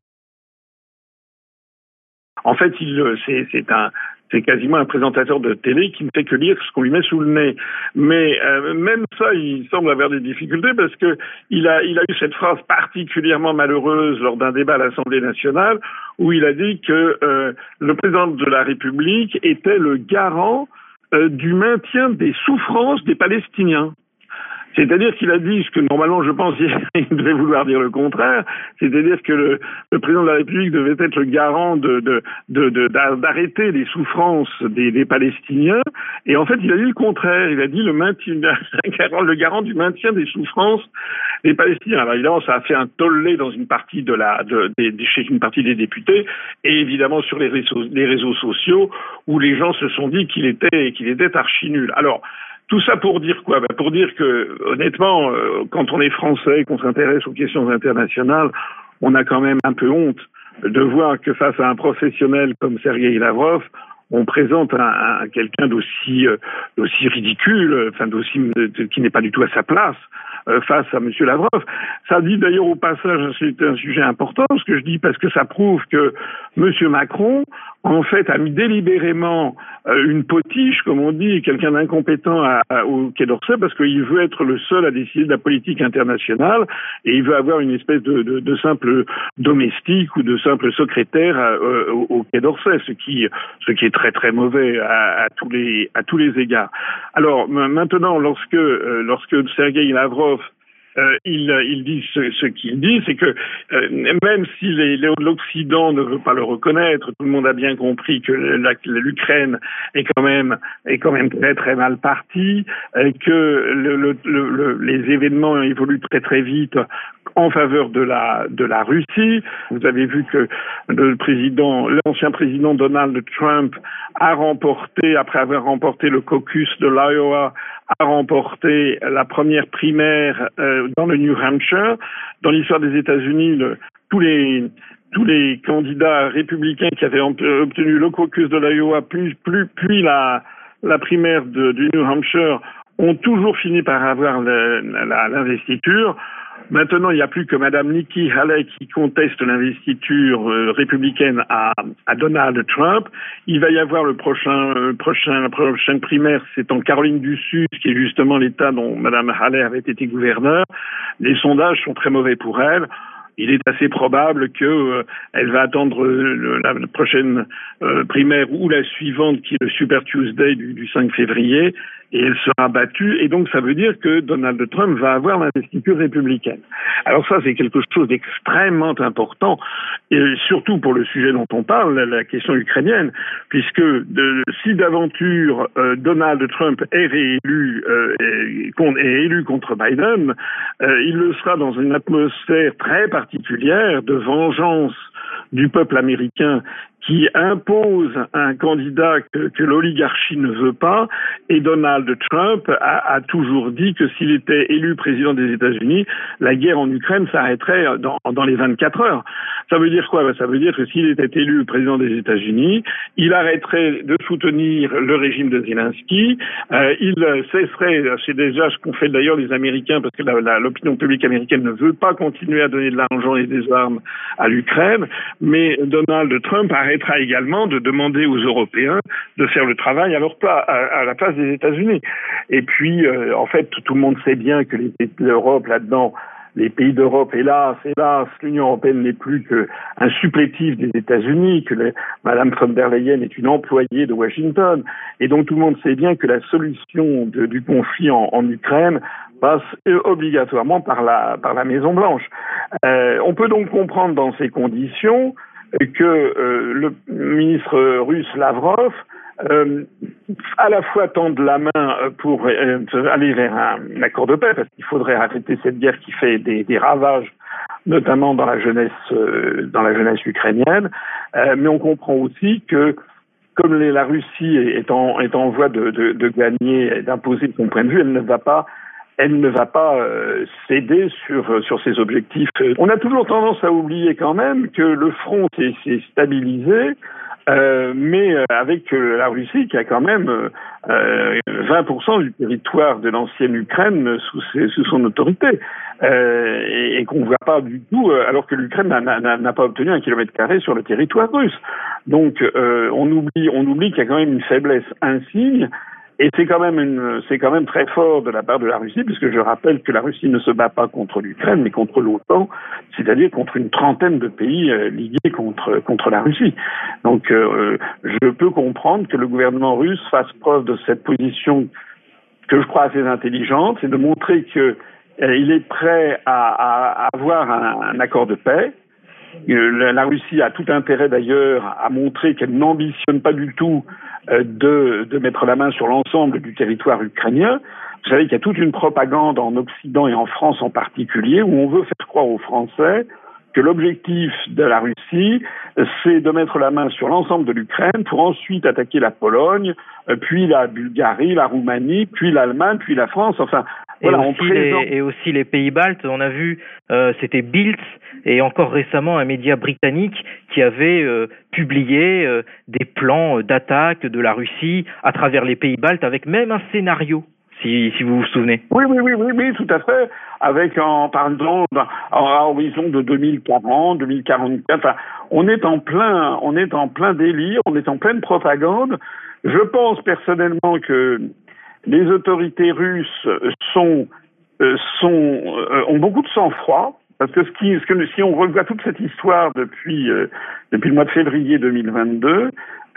en fait, c'est quasiment un présentateur de télé qui ne fait que lire ce qu'on lui met sous le nez. Mais même ça, il semble avoir des difficultés, parce que il a eu cette phrase particulièrement malheureuse lors d'un débat à l'Assemblée nationale, où il a dit que le président de la République était le garant du maintien des souffrances des Palestiniens. C'est-à-dire qu'il a dit ce que normalement, je pense, il devait vouloir dire le contraire, c'est-à-dire que le président de la République devait être le garant d'arrêter les souffrances des Palestiniens, et en fait, il a dit le contraire. Il a dit le garant du maintien des souffrances des Palestiniens. Alors évidemment, ça a fait un tollé dans une partie chez une partie des députés, et évidemment sur les réseaux sociaux, où les gens se sont dit qu'il était archi nul. Alors, tout ça pour dire quoi ? Pour dire que, honnêtement, quand on est français, qu'on s'intéresse aux questions internationales, on a quand même un peu honte de voir que face à un professionnel comme Sergueï Lavrov, on présente quelqu'un d'aussi ridicule, qui n'est pas du tout à sa place face à M. Lavrov. Ça dit d'ailleurs au passage, c'est un sujet important, ce que je dis, parce que ça prouve que M. Macron, en fait, a mis délibérément une potiche, comme on dit, quelqu'un d'incompétent au Quai d'Orsay, parce qu'il veut être le seul à décider de la politique internationale, et il veut avoir une espèce de simple domestique ou de simple secrétaire au Quai d'Orsay, ce qui est très très mauvais à tous les égards. Alors maintenant, lorsque Sergueï Lavrov il dit ce qu'il dit, c'est que même si l'Occident ne veut pas le reconnaître, tout le monde a bien compris que l'Ukraine est quand même très très mal partie, que les événements évoluent très très vite en faveur de la Russie. Vous avez vu que l'ancien président Donald Trump a remporté, après avoir remporté le caucus de l'Iowa, a remporté la première primaire dans le New Hampshire. Dans l'histoire des États-Unis, tous les candidats républicains qui avaient obtenu le caucus de l'Iowa puis la primaire du New Hampshire ont toujours fini par avoir l'investiture. Maintenant, il n'y a plus que Madame Nikki Haley qui conteste l'investiture républicaine à Donald Trump. Il va y avoir la prochaine primaire, c'est en Caroline du Sud, qui est justement l'État dont Madame Haley avait été gouverneure. Les sondages sont très mauvais pour elle. Il est assez probable qu'elle va attendre la prochaine primaire ou la suivante, qui est le Super Tuesday du 5 février, et elle sera battue. Et donc, ça veut dire que Donald Trump va avoir l'investiture républicaine. Alors ça, c'est quelque chose d'extrêmement important, et surtout pour le sujet dont on parle, la question ukrainienne, puisque si d'aventure Donald Trump est réélu est élu contre Biden, il le sera dans une atmosphère très particulière de vengeance du peuple américain qui impose un candidat que l'oligarchie ne veut pas, et Donald Trump a toujours dit que s'il était élu président des États-Unis, la guerre en Ukraine s'arrêterait dans les 24 heures. Ça veut dire quoi? Ça veut dire que s'il était élu président des États-Unis, il arrêterait de soutenir le régime de Zelensky, il cesserait, c'est déjà ce qu'ont fait d'ailleurs les Américains, parce que l'opinion publique américaine ne veut pas continuer à donner de l'argent et des armes à l'Ukraine, mais Donald Trump arrêtera également de demander aux Européens de faire le travail à la place des États-Unis. Et puis, en fait, tout le monde sait bien que l'Europe, là-dedans, les pays d'Europe, hélas, l'Union européenne n'est plus qu'un supplétif des États-Unis, que Madame von der Leyen est une employée de Washington. Et donc, tout le monde sait bien que la solution du conflit en Ukraine passe obligatoirement par la Maison-Blanche. On peut donc comprendre dans ces conditions que le ministre russe Lavrov à la fois tende la main pour aller vers un accord de paix, parce qu'il faudrait arrêter cette guerre qui fait des ravages, notamment dans la jeunesse ukrainienne, mais on comprend aussi que comme la Russie est en voie de gagner, d'imposer son point de vue, elle ne va pas céder sur ses objectifs. On a toujours tendance à oublier quand même que le front s'est stabilisé, mais avec la Russie qui a quand même 20% du territoire de l'ancienne Ukraine sous son autorité, et qu'on ne voit pas du tout, alors que l'Ukraine n'a pas obtenu 1 km² sur le territoire russe. Donc on oublie qu'il y a quand même une faiblesse insigne. Et c'est quand même très fort de la part de la Russie, puisque je rappelle que la Russie ne se bat pas contre l'Ukraine, mais contre l'OTAN, c'est-à-dire contre une trentaine de pays liés contre la Russie. Donc, je peux comprendre que le gouvernement russe fasse preuve de cette position que je crois assez intelligente, c'est de montrer que il est prêt à avoir un accord de paix. La Russie a tout intérêt d'ailleurs à montrer qu'elle n'ambitionne pas du tout de mettre la main sur l'ensemble du territoire ukrainien. Vous savez qu'il y a toute une propagande en Occident et en France en particulier où on veut faire croire aux Français que l'objectif de la Russie, c'est de mettre la main sur l'ensemble de l'Ukraine pour ensuite attaquer la Pologne, puis la Bulgarie, la Roumanie, puis l'Allemagne, puis la France, enfin... Voilà, et aussi les pays baltes, on a vu, c'était Bild et encore récemment un média britannique qui avait publié des plans d'attaque de la Russie à travers les pays baltes avec même un scénario, si vous vous souvenez. Oui, tout à fait. Avec, par exemple, à horizon de 2040, 2044, enfin, on est en plein délire, on est en pleine propagande. Je pense personnellement que les autorités russes ont beaucoup de sang-froid, parce que si on revoit toute cette histoire depuis le mois de février 2022,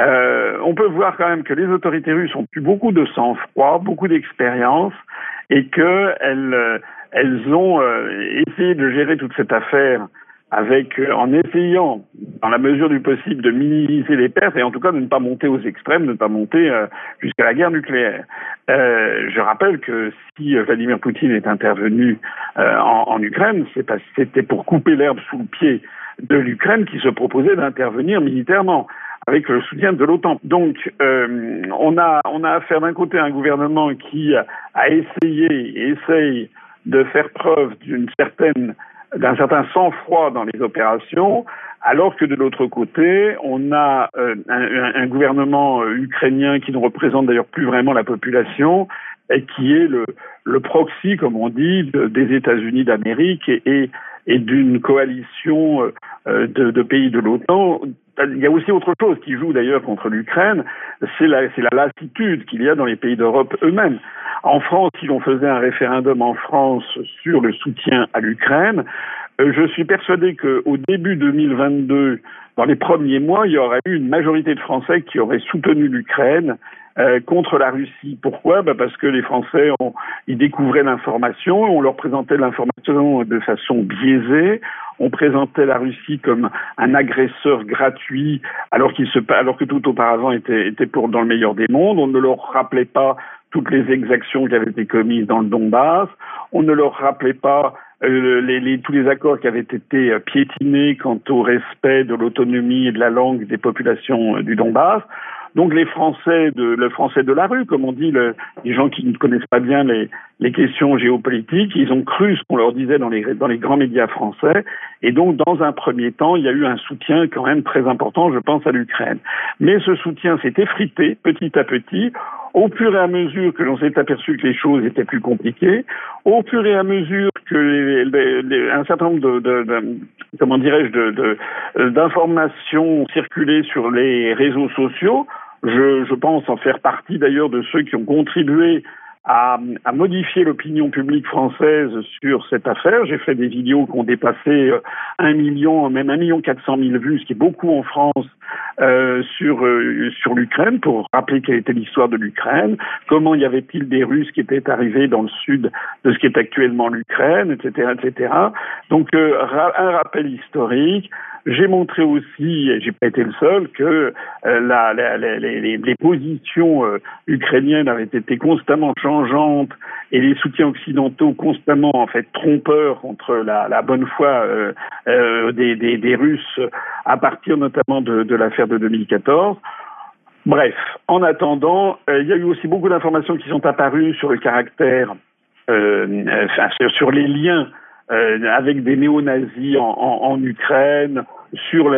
on peut voir quand même que les autorités russes ont eu beaucoup de sang-froid, beaucoup d'expérience, et qu'elles ont essayé de gérer toute cette affaire en essayant, dans la mesure du possible, de minimiser les pertes et en tout cas de ne pas monter aux extrêmes, de ne pas monter jusqu'à la guerre nucléaire. Je rappelle que si Vladimir Poutine est intervenu en Ukraine, c'était pour couper l'herbe sous le pied de l'Ukraine qui se proposait d'intervenir militairement avec le soutien de l'OTAN. Donc, on a affaire d'un côté à un gouvernement qui a essayé et essaye de faire preuve d'un certain sang-froid dans les opérations, alors que de l'autre côté, on a un gouvernement ukrainien qui ne représente d'ailleurs plus vraiment la population et qui est le proxy, comme on dit, des États-Unis d'Amérique et d'une coalition de pays de l'OTAN. Il y a aussi autre chose qui joue d'ailleurs contre l'Ukraine, c'est la lassitude qu'il y a dans les pays d'Europe eux-mêmes. En France, si l'on faisait un référendum en France sur le soutien à l'Ukraine, je suis persuadé qu'au début 2022, dans les premiers mois, il y aurait eu une majorité de Français qui auraient soutenu l'Ukraine contre la Russie. Pourquoi ? Parce que les Français, ils découvraient l'information, on leur présentait l'information de façon biaisée, on présentait la Russie comme un agresseur gratuit, alors que tout auparavant était dans le meilleur des mondes. On ne leur rappelait pas toutes les exactions qui avaient été commises dans le Donbass. On ne leur rappelait pas tous les accords qui avaient été piétinés quant au respect de l'autonomie et de la langue des populations du Donbass. Donc le français de la rue, comme on dit, les gens qui ne connaissent pas bien les questions géopolitiques, ils ont cru ce qu'on leur disait dans les grands médias français. Et donc, dans un premier temps, il y a eu un soutien quand même très important, je pense, à l'Ukraine. Mais ce soutien s'est effrité petit à petit, au fur et à mesure que l'on s'est aperçu que les choses étaient plus compliquées, au fur et à mesure que un certain nombre d'informations circulaient sur les réseaux sociaux. Je pense en faire partie d'ailleurs de ceux qui ont contribué à modifier l'opinion publique française sur cette affaire. J'ai fait des vidéos qui ont dépassé 1 million, même 1,4 million vues, ce qui est beaucoup en France, sur l'Ukraine, pour rappeler quelle était l'histoire de l'Ukraine, comment y avait-il des Russes qui étaient arrivés dans le sud de ce qui est actuellement l'Ukraine, etc., etc. Donc, un rappel historique. J'ai montré aussi, et j'ai pas été le seul, que les positions ukrainiennes avaient été constamment changeantes et les soutiens occidentaux constamment en fait trompeurs contre la bonne foi des Russes à partir notamment de l'affaire de 2014. Bref, en attendant, il y a eu aussi beaucoup d'informations qui sont apparues sur le caractère, sur les liens avec des néo-nazis en Ukraine, sur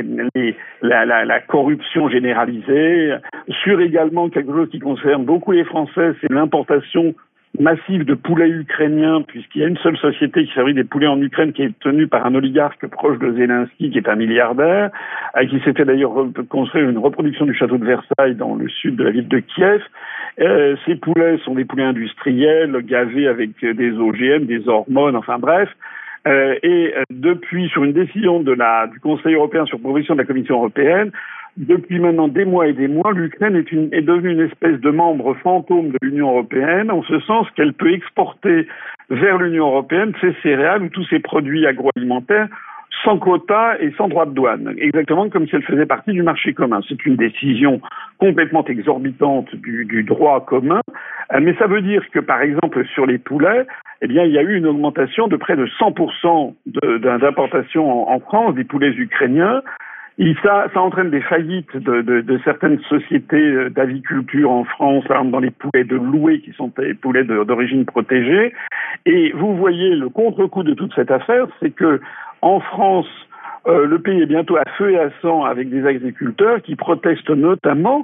la corruption généralisée, sur également quelque chose qui concerne beaucoup les Français, c'est l'importation massive de poulets ukrainiens, puisqu'il y a une seule société qui fabrique des poulets en Ukraine qui est tenue par un oligarque proche de Zelensky, qui est un milliardaire, qui s'était d'ailleurs construit une reproduction du château de Versailles dans le sud de la ville de Kiev. Ces poulets sont des poulets industriels, gavés avec des OGM, des hormones, enfin bref. Et depuis, sur une décision du Conseil européen sur proposition de la Commission européenne, depuis maintenant des mois et des mois, l'Ukraine est devenue une espèce de membre fantôme de l'Union européenne, en ce sens qu'elle peut exporter vers l'Union européenne ses céréales ou tous ses produits agroalimentaires sans quota et sans droit de douane, exactement comme si elle faisait partie du marché commun. C'est une décision complètement exorbitante du droit commun, mais ça veut dire que, par exemple, sur les poulets, eh bien, il y a eu une augmentation de près de 100% d'importation en France des poulets ukrainiens. Et ça entraîne des faillites de certaines sociétés d'aviculture en France, par exemple dans les poulets de louer qui sont des poulets d'origine protégée. Et vous voyez le contre-coup de toute cette affaire, c'est que en France, le pays est bientôt à feu et à sang avec des agriculteurs qui protestent notamment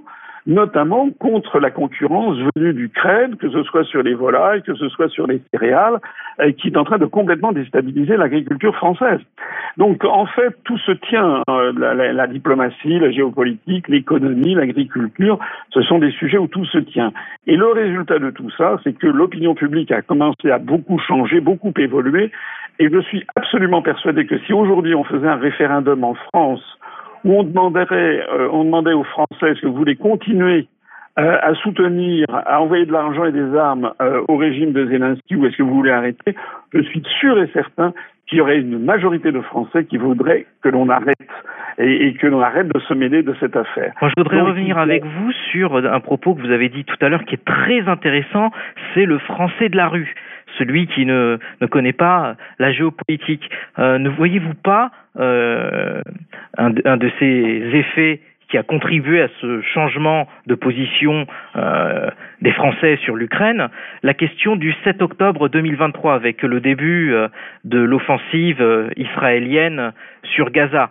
notamment contre la concurrence venue d'Ukraine, que ce soit sur les volailles, que ce soit sur les céréales, qui est en train de complètement déstabiliser l'agriculture française. Donc en fait, tout se tient, la diplomatie, la géopolitique, l'économie, l'agriculture, ce sont des sujets où tout se tient. Et le résultat de tout ça, c'est que l'opinion publique a commencé à beaucoup changer, beaucoup évoluer, et je suis absolument persuadé que si aujourd'hui on faisait un référendum en France où on demandait aux Français est-ce que vous voulez continuer à soutenir, à envoyer de l'argent et des armes au régime de Zelensky ou est-ce que vous voulez arrêter, je suis sûr et certain qu'il y aurait une majorité de Français qui voudraient que l'on arrête et que l'on arrête de se mêler de cette affaire. Moi, je voudrais revenir avec vous sur un propos que vous avez dit tout à l'heure qui est très intéressant, c'est le français de la rue, celui qui ne connaît pas la géopolitique. Ne voyez-vous pas un de ces effets qui a contribué à ce changement de position des Français sur l'Ukraine, la question du 7 octobre 2023 avec le début de l'offensive israélienne sur Gaza?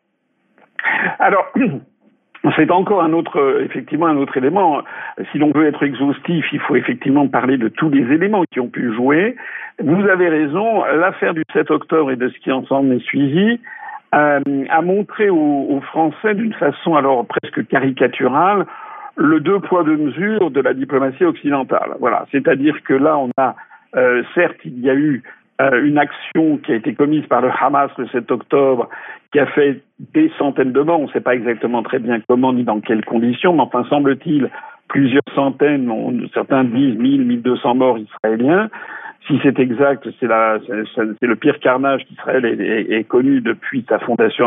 Alors, c'est encore un autre élément. Si l'on veut être exhaustif, il faut effectivement parler de tous les éléments qui ont pu jouer. Vous avez raison, l'affaire du 7 octobre et de ce qui ensemble est suivi a montré aux Français d'une façon alors presque caricaturale le deux poids deux mesures de la diplomatie occidentale. Voilà, c'est-à-dire que là on a certes il y a eu une action qui a été commise par le Hamas le 7 octobre qui a fait des centaines de morts, on ne sait pas exactement très bien comment ni dans quelles conditions, mais enfin semble-t-il plusieurs centaines, certains disent 1000, 1200 morts israéliens. Si c'est exact, c'est le pire carnage qu'Israël est connu depuis sa fondation en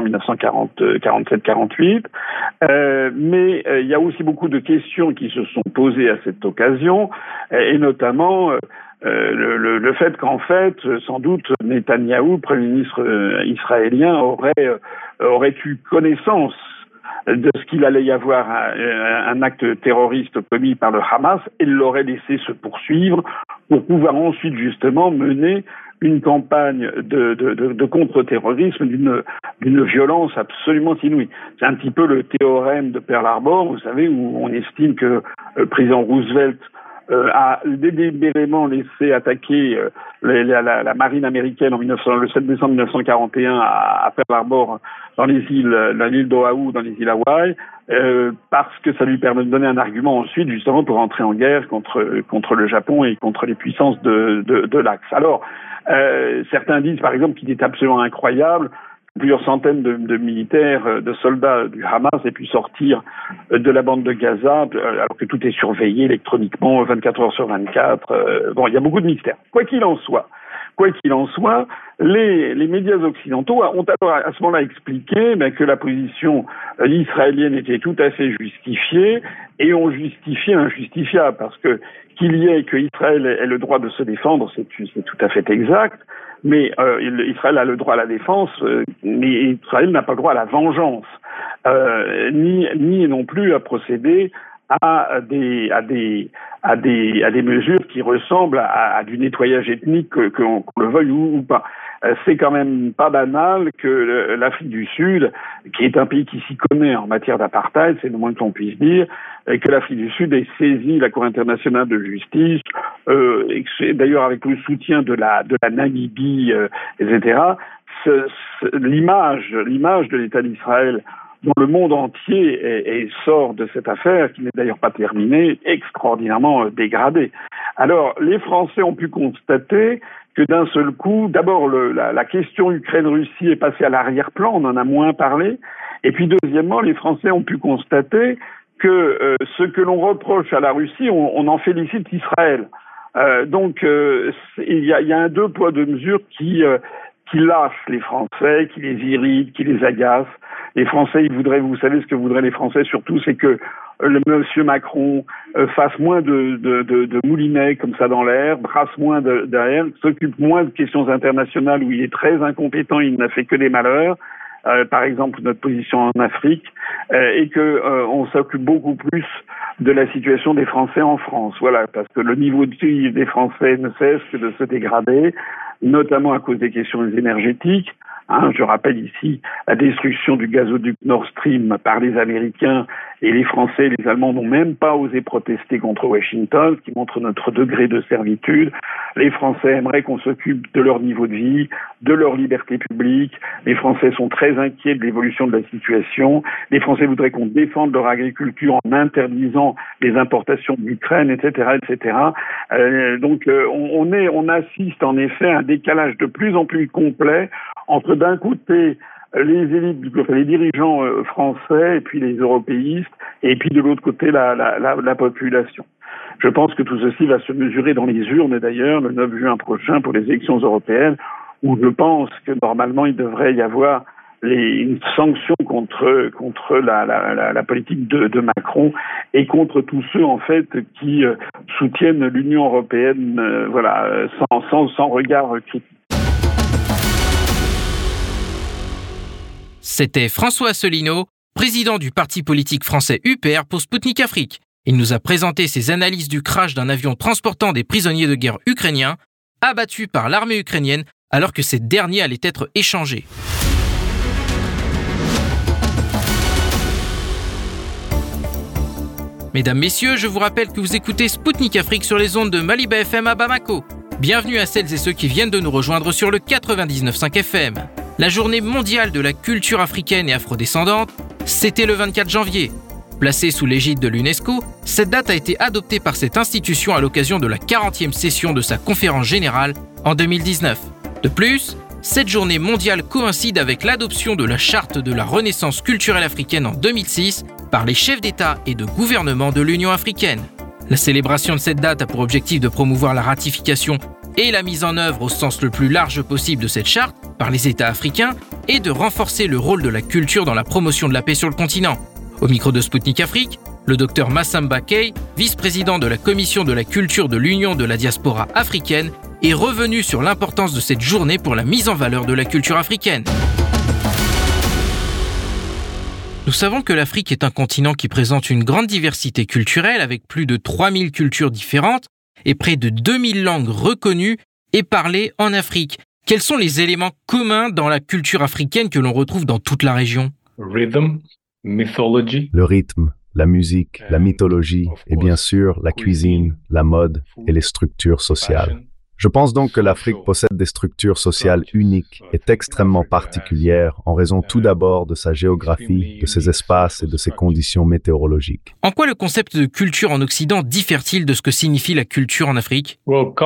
1947-48. Mais il y a aussi beaucoup de questions qui se sont posées à cette occasion, et notamment le fait qu'en fait, sans doute, Netanyahou, Premier ministre israélien, aurait eu connaissance de ce qu'il allait y avoir un acte terroriste commis par le Hamas et l'aurait laissé se poursuivre pour pouvoir ensuite justement mener une campagne de contre-terrorisme d'une violence absolument inouïe. C'est un petit peu le théorème de Pearl Harbor, vous savez, où on estime que le président Roosevelt a délibérément laissé attaquer la marine américaine le 7 décembre 1941 à Pearl Harbor dans l'île d'Oahu, dans les îles Hawaï, parce que ça lui permet de donner un argument ensuite justement pour entrer en guerre contre le Japon et contre les puissances de l'Axe. Alors, certains disent par exemple qu'il est absolument incroyable plusieurs centaines de militaires, de soldats du Hamas aient pu sortir de la bande de Gaza, alors que tout est surveillé électroniquement 24 heures sur 24. Bon, il y a beaucoup de mystères. Quoi qu'il en soit, les médias occidentaux ont alors à ce moment-là expliqué que la position israélienne était tout à fait justifiée et ont justifié l'injustifiable, parce que Israël ait le droit de se défendre, c'est tout à fait exact. Mais Israël a le droit à la défense, mais Israël n'a pas le droit à la vengeance, ni non plus à procéder à des mesures qui ressemblent à du nettoyage ethnique, qu'on le veuille ou pas. C'est quand même pas banal que l'Afrique du Sud, qui est un pays qui s'y connaît en matière d'apartheid, c'est le moins que l'on puisse dire, que l'Afrique du Sud ait saisi la Cour internationale de justice, et d'ailleurs avec le soutien de la Namibie, etc. L'image de l'État d'Israël dont le monde entier sort de cette affaire, qui n'est d'ailleurs pas terminée, extraordinairement dégradée. Alors, les Français ont pu constater que d'un seul coup, d'abord, la question Ukraine-Russie est passée à l'arrière-plan, on en a moins parlé, et puis deuxièmement, les Français ont pu constater que ce que l'on reproche à la Russie, on en félicite Israël. Donc, il y a un deux poids deux mesures qui lâche les Français, qui les irrite, qui les agace. Les Français, vous savez ce que voudraient les Français surtout, c'est que le monsieur Macron fasse moins de moulinets comme ça dans l'air, brasse moins d'air, s'occupe moins de questions internationales où il est très incompétent, il n'a fait que des malheurs. Par exemple notre position en Afrique, et que on s'occupe beaucoup plus de la situation des Français en France. Voilà, parce que le niveau de vie des Français ne cesse que de se dégrader, notamment à cause des questions énergétiques, Je rappelle ici la destruction du gazoduc Nord Stream par les Américains, et les Français et les Allemands n'ont même pas osé protester contre Washington, ce qui montre notre degré de servitude. Les Français aimeraient qu'on s'occupe de leur niveau de vie, de leur liberté publique. Les Français sont très inquiets de l'évolution de la situation. Les Français voudraient qu'on défende leur agriculture en interdisant les importations d'Ukraine, etc., etc. On assiste en effet à un décalage de plus en plus complet entre d'un côté les élites, les dirigeants français et puis les européistes, et puis de l'autre côté la population. Je pense que tout ceci va se mesurer dans les urnes d'ailleurs le 9 juin prochain pour les élections européennes, où je pense que normalement il devrait y avoir une sanction contre la politique de Macron et contre tous ceux en fait qui soutiennent l'Union européenne sans regard critique. C'était François Asselineau, président du parti politique français UPR pour Spoutnik Afrique. Il nous a présenté ses analyses du crash d'un avion transportant des prisonniers de guerre ukrainiens, abattus par l'armée ukrainienne alors que ces derniers allaient être échangés. Mesdames, Messieurs, je vous rappelle que vous écoutez Spoutnik Afrique sur les ondes de Maliba FM à Bamako. Bienvenue à celles et ceux qui viennent de nous rejoindre sur le 99.5 FM. La journée mondiale de la culture africaine et afrodescendante, c'était le 24 janvier. Placée sous l'égide de l'UNESCO, cette date a été adoptée par cette institution à l'occasion de la 40e session de sa conférence générale en 2019. De plus, cette journée mondiale coïncide avec l'adoption de la Charte de la Renaissance culturelle africaine en 2006 par les chefs d'État et de gouvernement de l'Union africaine. La célébration de cette date a pour objectif de promouvoir la ratification et la mise en œuvre au sens le plus large possible de cette charte par les États africains et de renforcer le rôle de la culture dans la promotion de la paix sur le continent. Au micro de Spoutnik Afrique, le Dr Massamba Kay, vice-président de la Commission de la culture de l'Union de la diaspora africaine, est revenu sur l'importance de cette journée pour la mise en valeur de la culture africaine. Nous savons que l'Afrique est un continent qui présente une grande diversité culturelle avec plus de 3000 cultures différentes et près de 2000 langues reconnues et parlées en Afrique. Quels sont les éléments communs dans la culture africaine que l'on retrouve dans toute la région ? Le rythme, la musique, la mythologie et bien sûr la cuisine, la mode et les structures sociales. Je pense donc que l'Afrique possède des structures sociales uniques et extrêmement particulières en raison tout d'abord de sa géographie, de ses espaces et de ses conditions météorologiques. En quoi le concept de culture en Occident diffère-t-il de ce que signifie la culture en Afrique ?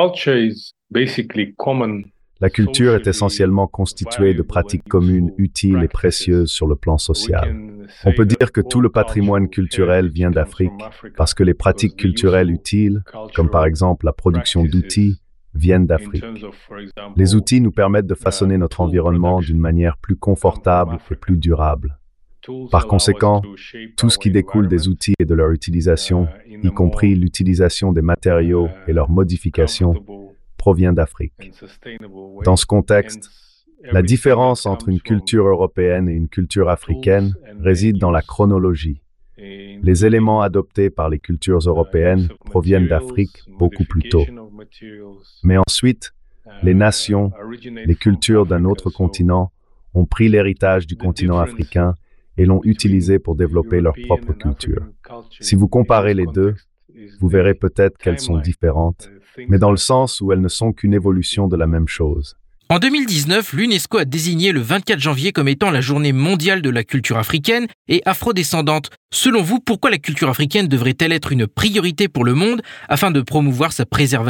La culture est essentiellement constituée de pratiques communes utiles et précieuses sur le plan social. On peut dire que tout le patrimoine culturel vient d'Afrique parce que les pratiques culturelles utiles, comme par exemple la production d'outils, viennent d'Afrique. Les outils nous permettent de façonner notre environnement d'une manière plus confortable et plus durable. Par conséquent, tout ce qui découle des outils et de leur utilisation, y compris l'utilisation des matériaux et leur modification, provient d'Afrique. Dans ce contexte, la différence entre une culture européenne et une culture africaine réside dans la chronologie. Les éléments adoptés par les cultures européennes proviennent d'Afrique beaucoup plus tôt. Mais ensuite, les nations, les cultures d'un autre continent ont pris l'héritage du continent africain et l'ont utilisé pour développer leur propre culture. Si vous comparez les deux, vous verrez peut-être qu'elles sont différentes, mais dans le sens où elles ne sont qu'une évolution de la même chose. En 2019, l'UNESCO a désigné le 24 janvier comme étant la journée mondiale de la culture africaine et afrodescendante. Selon vous, pourquoi la culture africaine devrait-elle être une priorité pour le monde afin de promouvoir sa préservation ?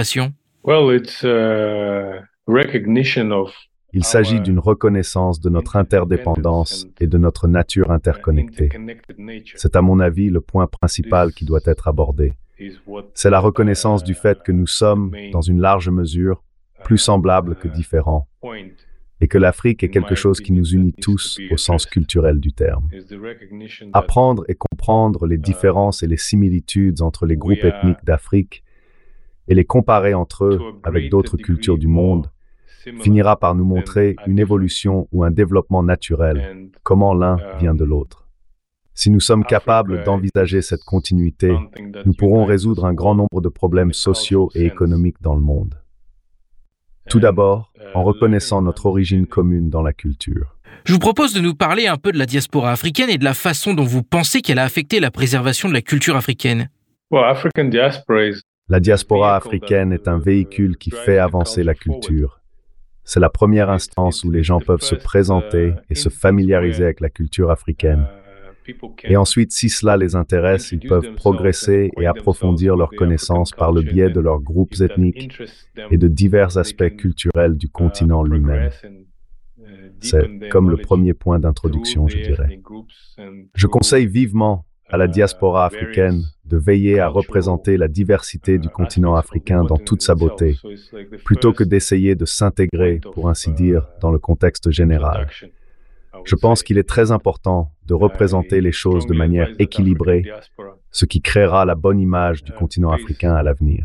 Il s'agit d'une reconnaissance de notre interdépendance et de notre nature interconnectée. C'est à mon avis le point principal qui doit être abordé. C'est la reconnaissance du fait que nous sommes, dans une large mesure, plus semblables que différents, et que l'Afrique est quelque chose qui nous unit tous au sens culturel du terme. Apprendre et comprendre les différences et les similitudes entre les groupes ethniques d'Afrique et les comparer entre eux avec d'autres cultures du monde finira par nous montrer une évolution ou un développement naturel, comment l'un vient de l'autre. Si nous sommes capables d'envisager cette continuité, nous pourrons résoudre un grand nombre de problèmes sociaux et économiques dans le monde. Tout d'abord, en reconnaissant notre origine commune dans la culture. Je vous propose de nous parler un peu de la diaspora africaine et de la façon dont vous pensez qu'elle a affecté la préservation de la culture africaine. La diaspora africaine est un véhicule qui fait avancer la culture. C'est la première instance où les gens peuvent se présenter et se familiariser avec la culture africaine. Et ensuite, si cela les intéresse, ils peuvent progresser et approfondir leurs connaissances par le biais de leurs groupes ethniques et de divers aspects culturels du continent lui-même. C'est comme le premier point d'introduction, je dirais. Je conseille vivement à la diaspora africaine de veiller à représenter la diversité du continent africain dans toute sa beauté, plutôt que d'essayer de s'intégrer, pour ainsi dire, dans le contexte général. Je pense qu'il est très important de représenter les choses de manière équilibrée, ce qui créera la bonne image du continent africain à l'avenir.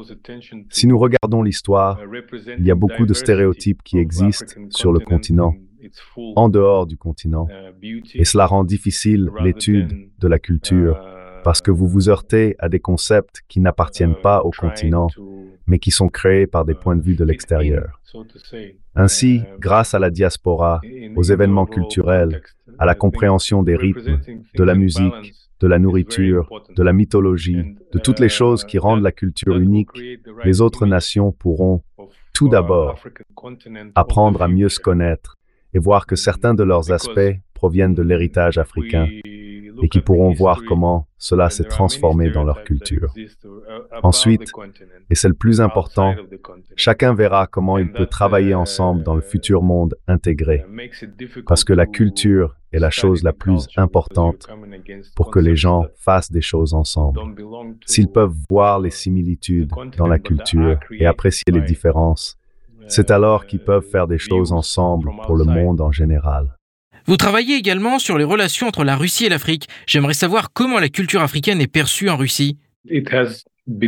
Si nous regardons l'histoire, il y a beaucoup de stéréotypes qui existent sur le continent, en dehors du continent, et cela rend difficile l'étude de la culture, parce que vous vous heurtez à des concepts qui n'appartiennent pas au continent, mais qui sont créés par des points de vue de l'extérieur. Ainsi, grâce à la diaspora, aux événements culturels, à la compréhension des rythmes, de la musique, de la nourriture, de la mythologie, de toutes les choses qui rendent la culture unique, les autres nations pourront, tout d'abord, apprendre à mieux se connaître et voir que certains de leurs aspects proviennent de l'héritage africain et qui pourront voir comment cela s'est transformé dans leur culture. Ensuite, et c'est le plus important, chacun verra comment il peut travailler ensemble dans le futur monde intégré, parce que la culture est la chose la plus importante pour que les gens fassent des choses ensemble. S'ils peuvent voir les similitudes dans la culture et apprécier les différences, c'est alors qu'ils peuvent faire des choses ensemble pour le monde en général. Vous travaillez également sur les relations entre la Russie et l'Afrique. J'aimerais savoir comment la culture africaine est perçue en Russie. Elle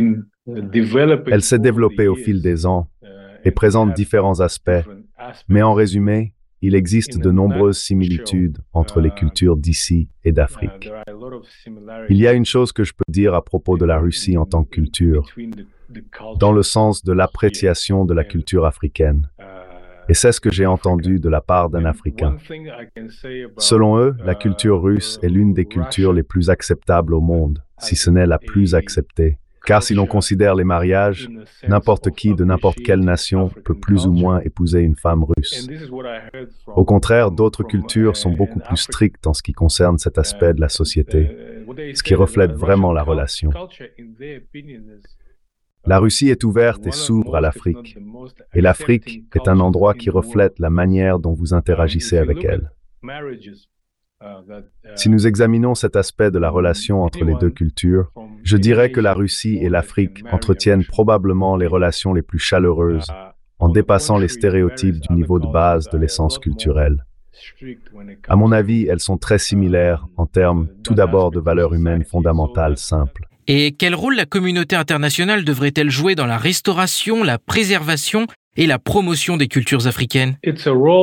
s'est développée au fil des ans et présente différents aspects, mais en résumé, il existe de nombreuses similitudes entre les cultures d'ici et d'Afrique. Il y a une chose que je peux dire à propos de la Russie en tant que culture, dans le sens de l'appréciation de la culture africaine. Et c'est ce que j'ai entendu de la part d'un Africain. Selon eux, la culture russe est l'une des cultures les plus acceptables au monde, si ce n'est la plus acceptée. Car si l'on considère les mariages, n'importe qui de n'importe quelle nation peut plus ou moins épouser une femme russe. Au contraire, d'autres cultures sont beaucoup plus strictes en ce qui concerne cet aspect de la société, ce qui reflète vraiment la relation. La Russie est ouverte et s'ouvre à l'Afrique, et l'Afrique est un endroit qui reflète la manière dont vous interagissez avec elle. Si nous examinons cet aspect de la relation entre les deux cultures, je dirais que la Russie et l'Afrique entretiennent probablement les relations les plus chaleureuses, en dépassant les stéréotypes du niveau de base de l'essence culturelle. À mon avis, elles sont très similaires en termes tout d'abord de valeurs humaines fondamentales simples. Et quel rôle la communauté internationale devrait-elle jouer dans la restauration, la préservation et la promotion des cultures africaines? Il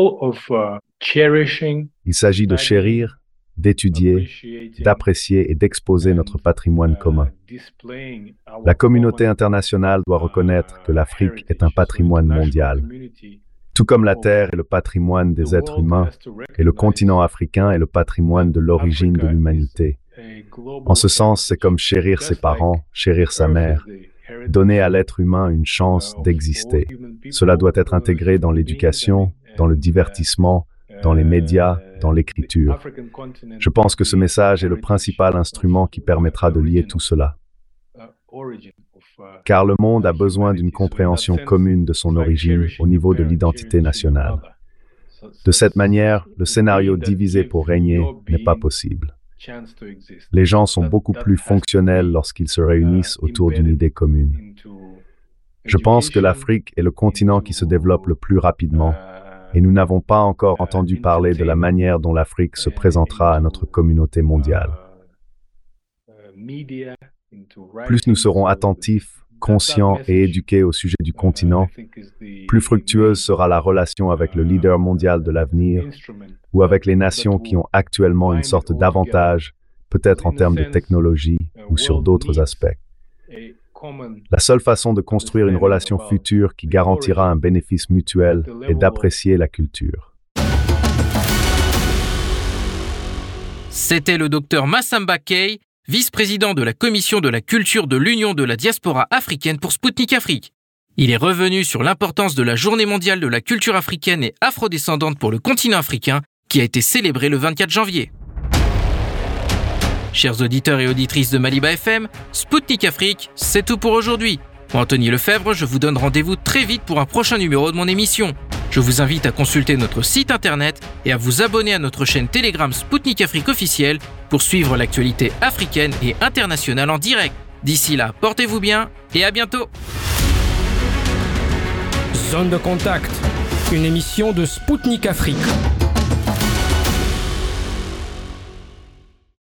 s'agit de chérir, d'étudier, d'apprécier et d'exposer notre patrimoine commun. La communauté internationale doit reconnaître que l'Afrique est un patrimoine mondial. Tout comme la Terre est le patrimoine des êtres humains, et le continent africain est le patrimoine de l'origine de l'humanité. En ce sens, c'est comme chérir ses parents, chérir sa mère, donner à l'être humain une chance d'exister. Cela doit être intégré dans l'éducation, dans le divertissement, dans les médias, dans l'écriture. Je pense que ce message est le principal instrument qui permettra de lier tout cela. Car le monde a besoin d'une compréhension commune de son origine au niveau de l'identité nationale. De cette manière, le scénario divisé pour régner n'est pas possible. Les gens sont beaucoup plus fonctionnels lorsqu'ils se réunissent autour d'une idée commune. Je pense que l'Afrique est le continent qui se développe le plus rapidement, et nous n'avons pas encore entendu parler de la manière dont l'Afrique se présentera à notre communauté mondiale. Plus nous serons attentifs, conscients et éduqués au sujet du continent, plus fructueuse sera la relation avec le leader mondial de l'avenir ou avec les nations qui ont actuellement une sorte d'avantage, peut-être en termes de technologie ou sur d'autres aspects. La seule façon de construire une relation future qui garantira un bénéfice mutuel est d'apprécier la culture. C'était le docteur Massamba Kay, vice-président de la Commission de la culture de l'Union de la diaspora africaine pour Spoutnik Afrique. Il est revenu sur l'importance de la Journée mondiale de la culture africaine et afrodescendante pour le continent africain, qui a été célébrée le 24 janvier. Chers auditeurs et auditrices de Maliba FM, Spoutnik Afrique, c'est tout pour aujourd'hui. Moi, Anthony Lefebvre, je vous donne rendez-vous très vite pour un prochain numéro de mon émission. Je vous invite à consulter notre site internet et à vous abonner à notre chaîne Telegram Spoutnik Afrique officielle pour suivre l'actualité africaine et internationale en direct. D'ici là, portez-vous bien et à bientôt. Zone de contact, une émission de Spoutnik Afrique.